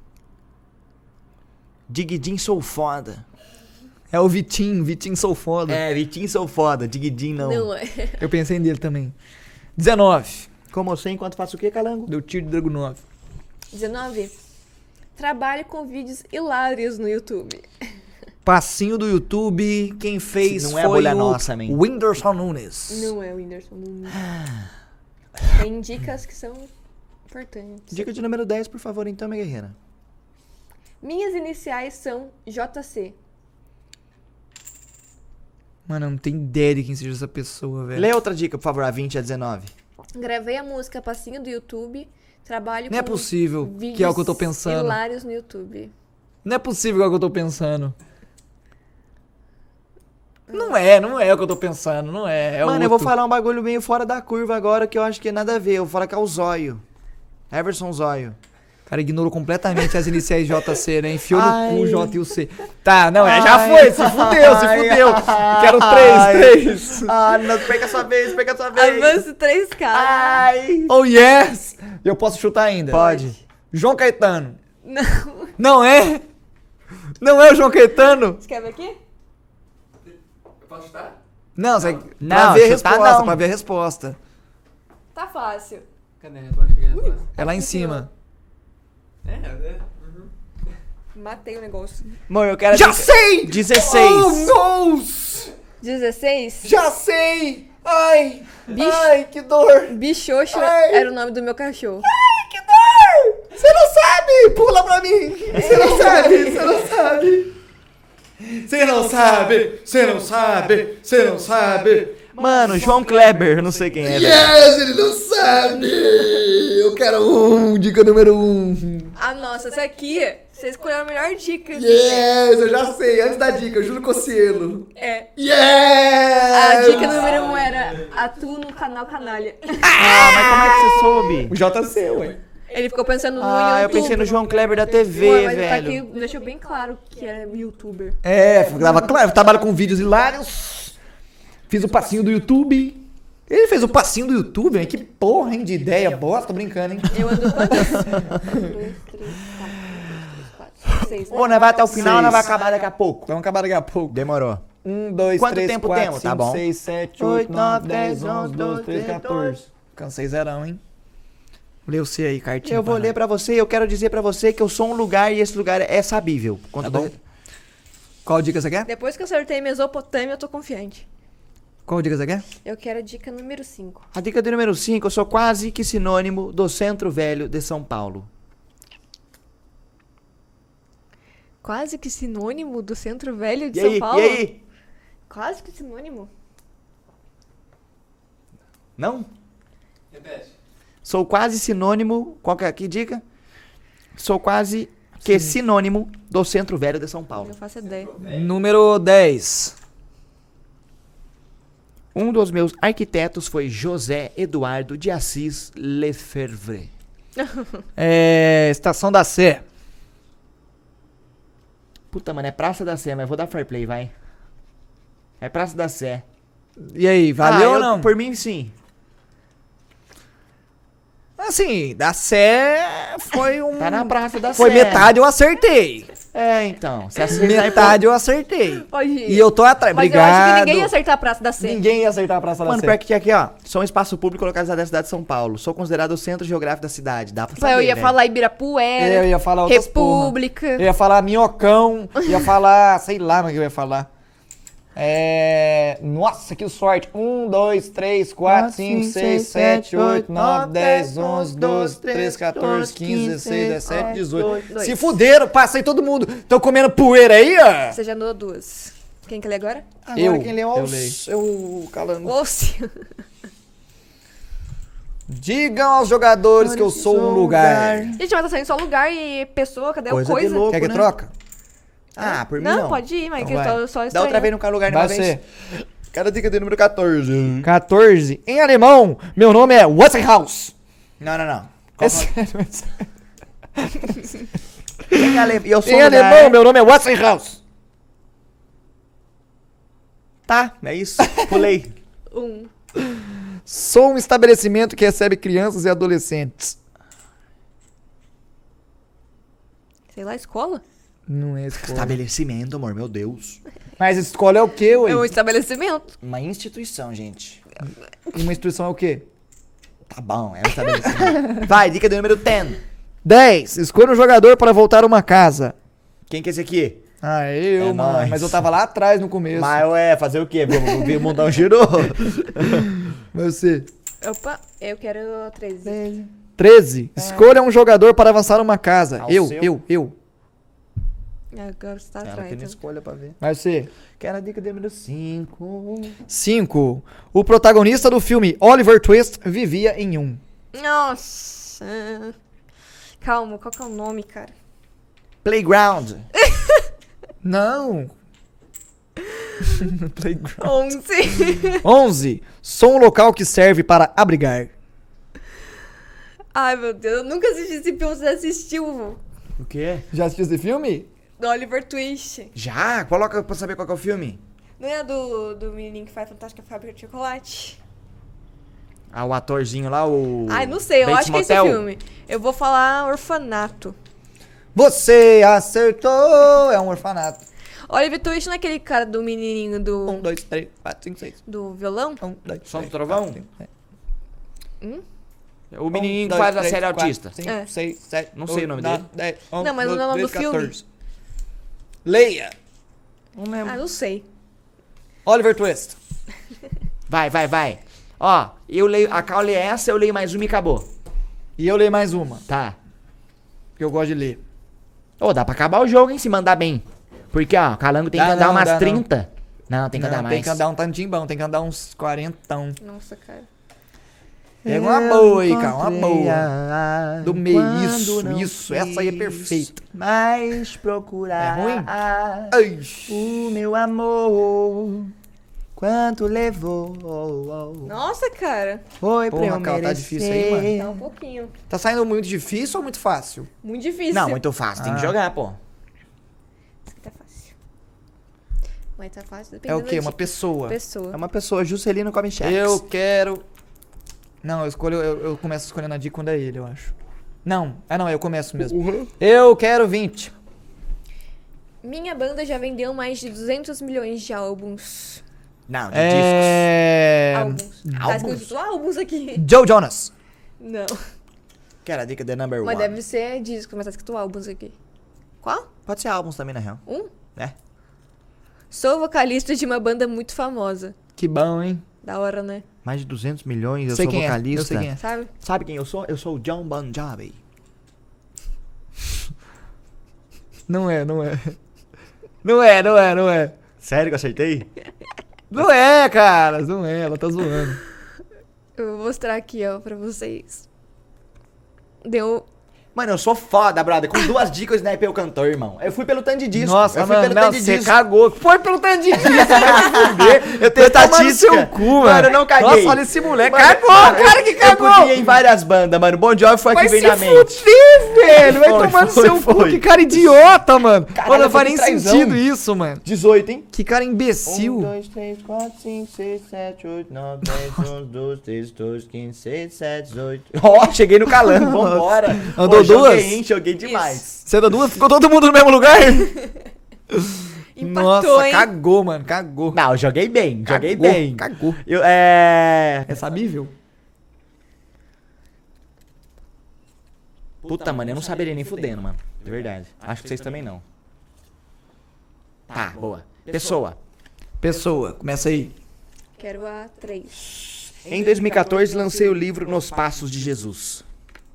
Digidin sou foda. É o Vitinho sou foda. É, Vitinho sou foda. Digidin não. Não é. Eu pensei nele também. 19. Como eu sei enquanto faço o quê, Calango? Deu tiro de Dragunov. 19. Trabalho com vídeos hilários no YouTube. Passinho do YouTube, quem fez Não é foi bolha o nossa, man. Whindersson Nunes. Não é o Whindersson. Não. Tem dicas que são importantes. Dica de número 10, por favor, então, minha guerreira. Minhas iniciais são JC. Mano, eu não tenho ideia de quem seja essa pessoa, velho. Lê outra dica, por favor, a 20 e a 19. Gravei a música Passinho do YouTube. Trabalho Não é com possível vídeos que é o que eu tô pensando. hilários no YouTube. Não é possível que é o que eu tô pensando. Não é o que eu tô pensando, não é. É Mano, eu vou outro. falar um bagulho meio fora da curva agora que eu acho que é nada a ver. Eu vou falar que é o Zóio. Everson Zóio. O cara ignorou completamente as iniciais JC, né? Enfiou no Ai. cu J e o C. Tá, não, já Ai. foi, se fudeu. Quero três. Ah, não, pega a sua vez, pega a sua vez. Avanço 3K. Ai. Oh, yes! Eu posso chutar ainda? Pode. João Caetano. Não. Não é? Não é o João Caetano? Escreve aqui? Eu posso chutar? Não, você Não, pra ver a chutar resposta, não. pra ver a resposta. Tá fácil. Cadê? Eu acho que é É lá em cima. Uhum. Matei o negócio. Amor, eu quero... Já sei! 16. Oh, nossa! 16? Já sei! Ai! Bicho. Ai, que dor! Bichoxo Ai. era o nome do meu cachorro. Ai, que dor! Você não sabe! Pula pra mim! Você não sabe! Você não sabe! Você não sabe! Você não sabe! Você não sabe! Mano, João Kleber, eu não sei quem é. velho. Yes, ele não sabe! Eu quero dica número 1. Ah, nossa, essa aqui, você escolheu a melhor dica. Yes, eu já sei. Antes da dica, eu juro com o cielo. É. Yes! A dica número 1 era Atu no canal Canalha. Ah, mas como é que você soube? O JC, ué. Ele ficou pensando no Ah, eu YouTube. pensei no João Kleber da Ué, TV, mas tá velho. aqui, deixou bem claro que era youtuber. É, tava claro, eu trabalho com vídeos hilários. Fiz o passinho do YouTube. Ele fez o passinho do YouTube, hein? Que porra, hein? De ideia bosta, tô brincando, hein? Eu ando quantas? 1, 2, 3, 4, 5, 6. Ô, nós vai até o final ou nós vai Seis. acabar daqui a pouco? Vamos acabar daqui a pouco. Demorou. 1, 2, Quanto 3, tempo 4, temos? 5, Tá bom. 6, 7, 8, 8, 9, 10, 11, 12, 13, 14. 14. Cansei zerão, hein? Lê o C aí, cartinha. Eu vou ler pra você e eu quero dizer pra você que eu sou um lugar e esse lugar é sabível. Conta Tá bom. Qual dica você quer? Depois que eu acertei Mesopotâmia, eu tô confiante. Qual dica você quer? Eu quero a dica número 5. A dica de número 5, eu sou quase que sinônimo do Centro Velho de São Paulo. Quase que sinônimo do Centro Velho de E São aí? Paulo? E aí? Quase que sinônimo? Não? Repete. Sou quase sinônimo. Qual que é? Que dica? Sou quase que sinônimo do Centro Velho de São Paulo. Não faço ideia. Número 10. Um dos meus arquitetos foi José Eduardo de Assis Lefebvre. Estação da Sé. Puta, mano, é Praça da Sé, mas eu vou dar fair play, vai. É Praça da Sé. E aí, valeu ou eu- não? Por mim, sim. Assim, da Sé foi um... Tá na Praça da Foi Sé. metade eu acertei. É, então. Se acertar, Metade eu acertei. Hoje. E eu tô atrás. Mas Obrigado. eu acho que ninguém ia acertar a Praça da Sé. Ninguém ia acertar a Praça da Mano, Sé. pior que tinha aqui, ó. Sou um espaço público localizado na cidade de São Paulo. Sou considerado o centro geográfico da cidade. Dá pra saber, Eu ia velho. falar Ibirapuera, Eu ia falar outras porra. República. Eu ia falar minhocão. Ia falar... Sei lá, mas que eu ia falar. Nossa, que sorte. 1, 2, 3, 4, 5, 6, 7, 8, 9, 10, 11, 12, 13, 14, 15, 16, 17, 18. dois. Se fuderam, passei todo mundo. Tão comendo poeira aí, ó. Você já andou 2. Quem que lê agora? Agora Eu. quem leu Eu os- leio. eu calando. Ouça. Digam aos jogadores que eu sou um lugar. Gente, mas tá saindo só lugar e pessoa, cadê Coisa o de coisa? louco. Quer que né? troca? Ah, por mim Não, não. pode ir, mas Então que eu vai. tô só Dá estranhando. outra vez no lugar de Vai uma vez. ser. Cada dica de número 14. 14. Em alemão, meu nome é Wasserhaus. Não, não, não. É sério, é sério. Eu sou Em um alemão, lugar... meu nome é Wasserhaus. Tá, é isso. Pulei. 1. Sou um estabelecimento que recebe crianças e adolescentes. Sei lá, escola? Não é escola. Estabelecimento, amor, meu Deus. Mas escola é o quê, ué? É um estabelecimento. Uma instituição, gente. E uma instrução é o quê? Tá bom, é um estabelecimento. Vai, dica de número 10. 10. Escolha um jogador para voltar a uma casa. Quem que é esse aqui? Ah, eu, É mano. nóis. Mas eu tava lá atrás no começo. Mas, fazer o quê? O mundão girou. Você. Opa, eu quero 13. 13. Escolha um jogador para avançar uma casa. Ao Eu. Agora você tá Ela atrás. tem Então. escolha pra ver. Vai ser. Quero a dica de número 5. 5. O protagonista do filme Oliver Twist vivia em um. Nossa. Calma, qual que é o nome, cara? Playground. Não. Playground. 11. 11. Sou um local que serve para abrigar. Ai, meu Deus, eu nunca assisti esse filme. Você assistiu? O quê? Já assistiu esse filme? Do Oliver Twist. Já? Coloca pra saber qual que é o filme. Não é do menininho que faz Fantástica Fábrica de Chocolate? Ah, o atorzinho lá, o... Ai, não sei, eu Bates acho que é esse Motel. filme. Eu vou falar Orfanato. Você acertou. É um orfanato. Oliver Twist não é aquele cara do menininho 1, 2, 3, 4, 5, 6. do violão? 1, 2, Som do Trovão? O Um, menininho que dois, faz a três, série quatro, autista. 5, É. 6, 7. Não sei o nome dele. Não, mas não é o nome do filme. Leia. Não lembro. Ah, não sei. Oliver Twist. Vai. Ó, eu leio... A Cal lê essa, eu leio mais uma e acabou. E eu leio mais uma, Tá. porque eu gosto de ler. Ô, dá pra acabar o jogo, hein, se mandar bem. Porque, ó, o Calango tem Dá que andar não, umas dá não. 30. Não, tem que andar mais. Tem que andar um tantinho bom, tem que andar uns 40. Nossa, cara. Pega uma boa aí, cara, uma boa. Do meio, isso, essa aí é perfeita. Mas procurar É ruim? Ai, o meu amor, quanto levou, Nossa, cara. foi pra Porra, eu Cal, tá merecer. difícil aí, Tá um pouquinho. tá saindo muito difícil ou muito fácil? Muito difícil. Não, muito fácil, tem que Ah. jogar, pô. Isso aqui tá fácil. Mas tá fácil É dependendo o quê? da Uma pessoa. pessoa. É uma pessoa, Juscelino come cheques. Eu quero... Não, eu começo escolhendo a dica quando é ele, eu acho. Não, eu começo mesmo. Eu quero 20. Minha banda já vendeu mais de 200 milhões de álbuns. Não, de Álbuns. Tá Álbuns? escrito álbuns aqui. Joe Jonas. Não. discos. Quero a dica de number Mas one. deve ser disco, mas tá escrito álbuns aqui. Qual? Pode ser álbuns também, na real. É. Sou vocalista de uma banda muito famosa. Que bom, hein? Da hora, né? Mais de 200 milhões, eu Sei sou quem é, vocalista. eu sei quem é. Sabe? Sabe quem eu sou? Eu sou o John Bon Jovi. Não é. Não é. Sério que eu acertei? Não é, cara. Não é, ela tá zoando. Eu vou mostrar aqui, ó, pra vocês. Deu. Mano, eu sou foda, brother. Com 2 dicas, eu snipei o cantor, irmão. Eu fui pelo tanto de disco. Nossa, eu fui mano, pelo não, tanto de você disco. cagou. Foi pelo tanto de disco, vai se fuder. Eu tenho Vai tomar no estatística. seu cu, mano. Mano, eu não caguei. Nossa, olha esse moleque. Mano, Cagou, mano, cara que Eu cagou. podia ir em várias bandas, mano. Bon Jovi foi aqui Vai que se veio na mente. fuder, velho. Vai Foi, tomar no foi, seu cu. foi. Que cara idiota, mano. Caralho, Mano, não eu vou faz de nem traizão. sentido isso, mano. 18, hein? Que cara imbecil. 2, 3, 4, 5, 6, 7, 8, 9, 10, 11, 12, 13, 14, 15, 16, 17, 18. Ó, cheguei no Calango, vambora. Andou Ô, duas? Joguei, hein? Joguei demais. Você deu duas? Ficou todo mundo no mesmo lugar? Empatou, Nossa, hein? cagou, mano. Cagou. Não, joguei bem, joguei Cagou, bem. Cagou. É sabível? Puta, mano, eu não saberia nem fudendo, mano. De verdade. Acho que vocês também não. Tá, boa. Pessoa, começa aí. Quero a 3. Em 2014, lancei o livro Nos Passos de Jesus.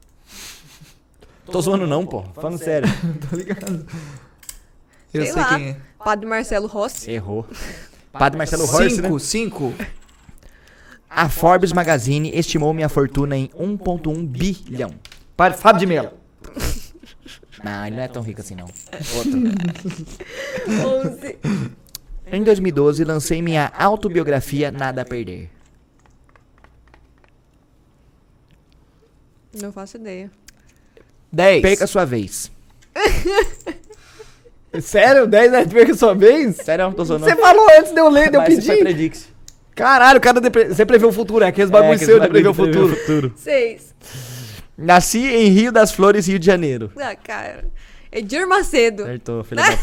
Tô zoando não, pô. Falando sério. Tô ligado. Eu Sei sei lá. quem é. Padre Marcelo Rossi. Errou. Padre Marcelo Rossi, né? 5. A Forbes Magazine estimou minha fortuna em 1,1 bilhão. Padre Fábio de Mello. Não, ele não é tão rico assim, não. Outro. 11. Em 2012, lancei minha autobiografia Nada a Perder. Não faço ideia. 10. Perca sua vez. Sério? 10 é perca sua vez? Sério, eu não tô zoando. Você falou antes de eu ler, de eu Mas isso foi pedir. predix. Caralho, o cara você prevê o futuro, é aqueles bagulho seu de prever o futuro. 6. Nasci em Rio das Flores, Rio de Janeiro. Ah, cara. Edir Macedo. Acertou, filho da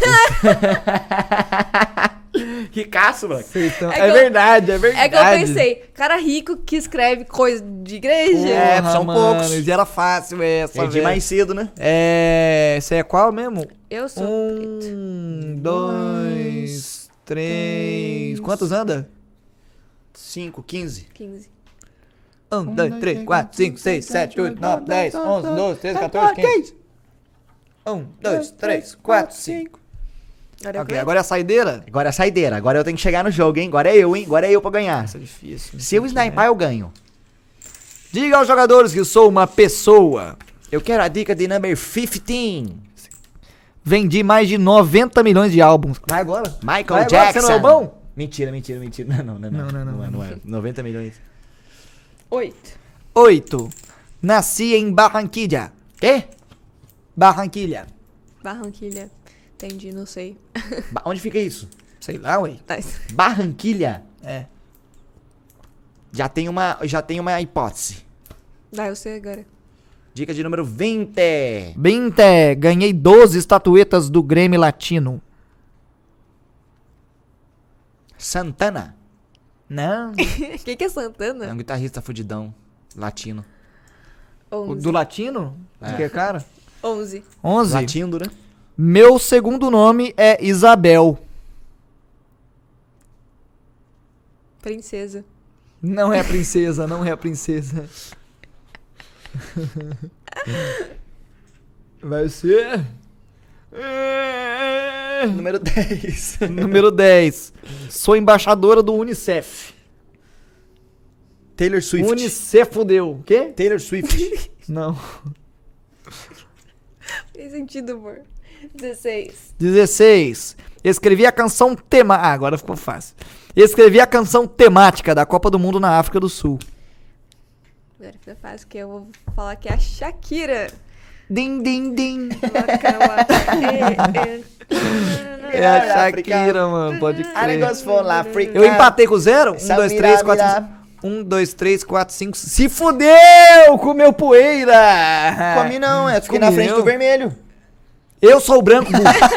puta. Ricaço, mano. Então, É é que eu- verdade, é É verdade. que eu pensei, cara rico que escreve coisa de igreja. É, Porra, são mano, poucos. e era fácil essa, Entendi velho. mais cedo, né? Você é qual mesmo? Eu sou. 1, 2, 3... Quantos anda? 5, 15. 15. 1, 2, 3, 4, 5, 6, 7, 8, 9, 10, 11, 12, 13, 14, 15. 1, 2, 3, 4, 5. Ok, agora é a saideira? Agora é a saideira. Agora eu tenho que chegar no jogo, hein? Agora é eu, hein? Agora é eu pra ganhar. Isso é difícil. Se eu sniper, eu ganho. Diga aos jogadores que sou uma pessoa. Eu quero a dica de number 15. Vendi mais de 90 milhões de álbuns. Vai agora. Michael Vai agora, Jackson. você não é bom? Mentira. Não é. 90 milhões. 8. 8. Nasci em Barranquilla. Quê? Barranquilla. Barranquilha. Entendi, não sei. Onde fica isso? Sei lá, ué. Tá. Barranquilha. É. Já tem uma hipótese. Vai, eu sei agora. Dica de número 20. 20. Ganhei 12 estatuetas do Grêmio Latino. Santana. Não. Quem que é É Santana? um guitarrista fudidão. Latino. O 11. do Latino? É. Que é, cara? 11. 11. Latino, né? Meu segundo nome é Isabel. Princesa. Não é a princesa, não é a princesa. Vai ser... Número 10. Número 10. Sou embaixadora do Unicef. Taylor Swift. Unicef fudeu. O quê? Taylor Swift. Não. Fez sentido, amor. 16. 16. Escrevi a canção temática. Ah, agora ficou fácil. Escrevi a canção temática da Copa do Mundo na África do Sul. Agora fica fácil, que eu vou falar que é a Shakira. Din, din, din. É, É a Shakira, mano. Pode A crer. negócio foi lá, África. Eu empatei com 0? 1, 2, 3, 4, Samira. 5. 1, 2, 3, 4, 5. Se fudeu! Comeu poeira! Comi não, eu fiquei na Comeu. frente do vermelho. Eu sou o branco.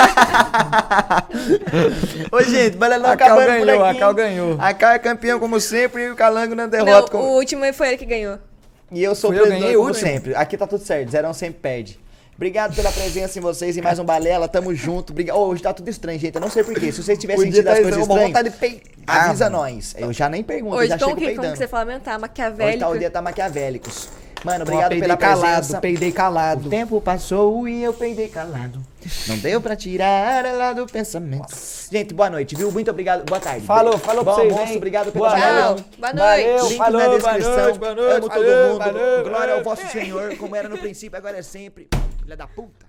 Ô, gente, mas ela não A Cal acabando por ganhou, aqui. a Cal ganhou. A Cal é campeão como sempre e o Calango na Não, derrota. o último foi ele que ganhou. E eu sou o Fui eu, presidente ganhei como o último. sempre. Aqui tá tudo certo, Zerão sempre perde. Obrigado pela presença em vocês e mais um Balela, tamo junto. Hoje tá tudo estranho, gente, eu não sei porquê. Se vocês tiverem sentido as coisas estranhas, avisa nós. Eu já nem pergunto, eu Hoje, já como chego que peidando. você fala mentar? Hoje Maquiavélico. tá o dia tá maquiavélicos. Mano, Ó, obrigado peidei pela calado, presença. peidei O calado. tempo passou e eu peidei calado. Não deu pra tirar ela do pensamento. Gente, boa noite, viu? Muito obrigado. Boa tarde. Falou Bom pra vocês, almoço, hein? obrigado pela Boa Balela. Tchau. Boa noite. Valeu. Link Falou, na boa descrição. noite, boa noite, Amo todo valeu, mundo. valeu, Glória ao valeu. vosso Senhor, como era no princípio, agora é sempre. Filha da puta.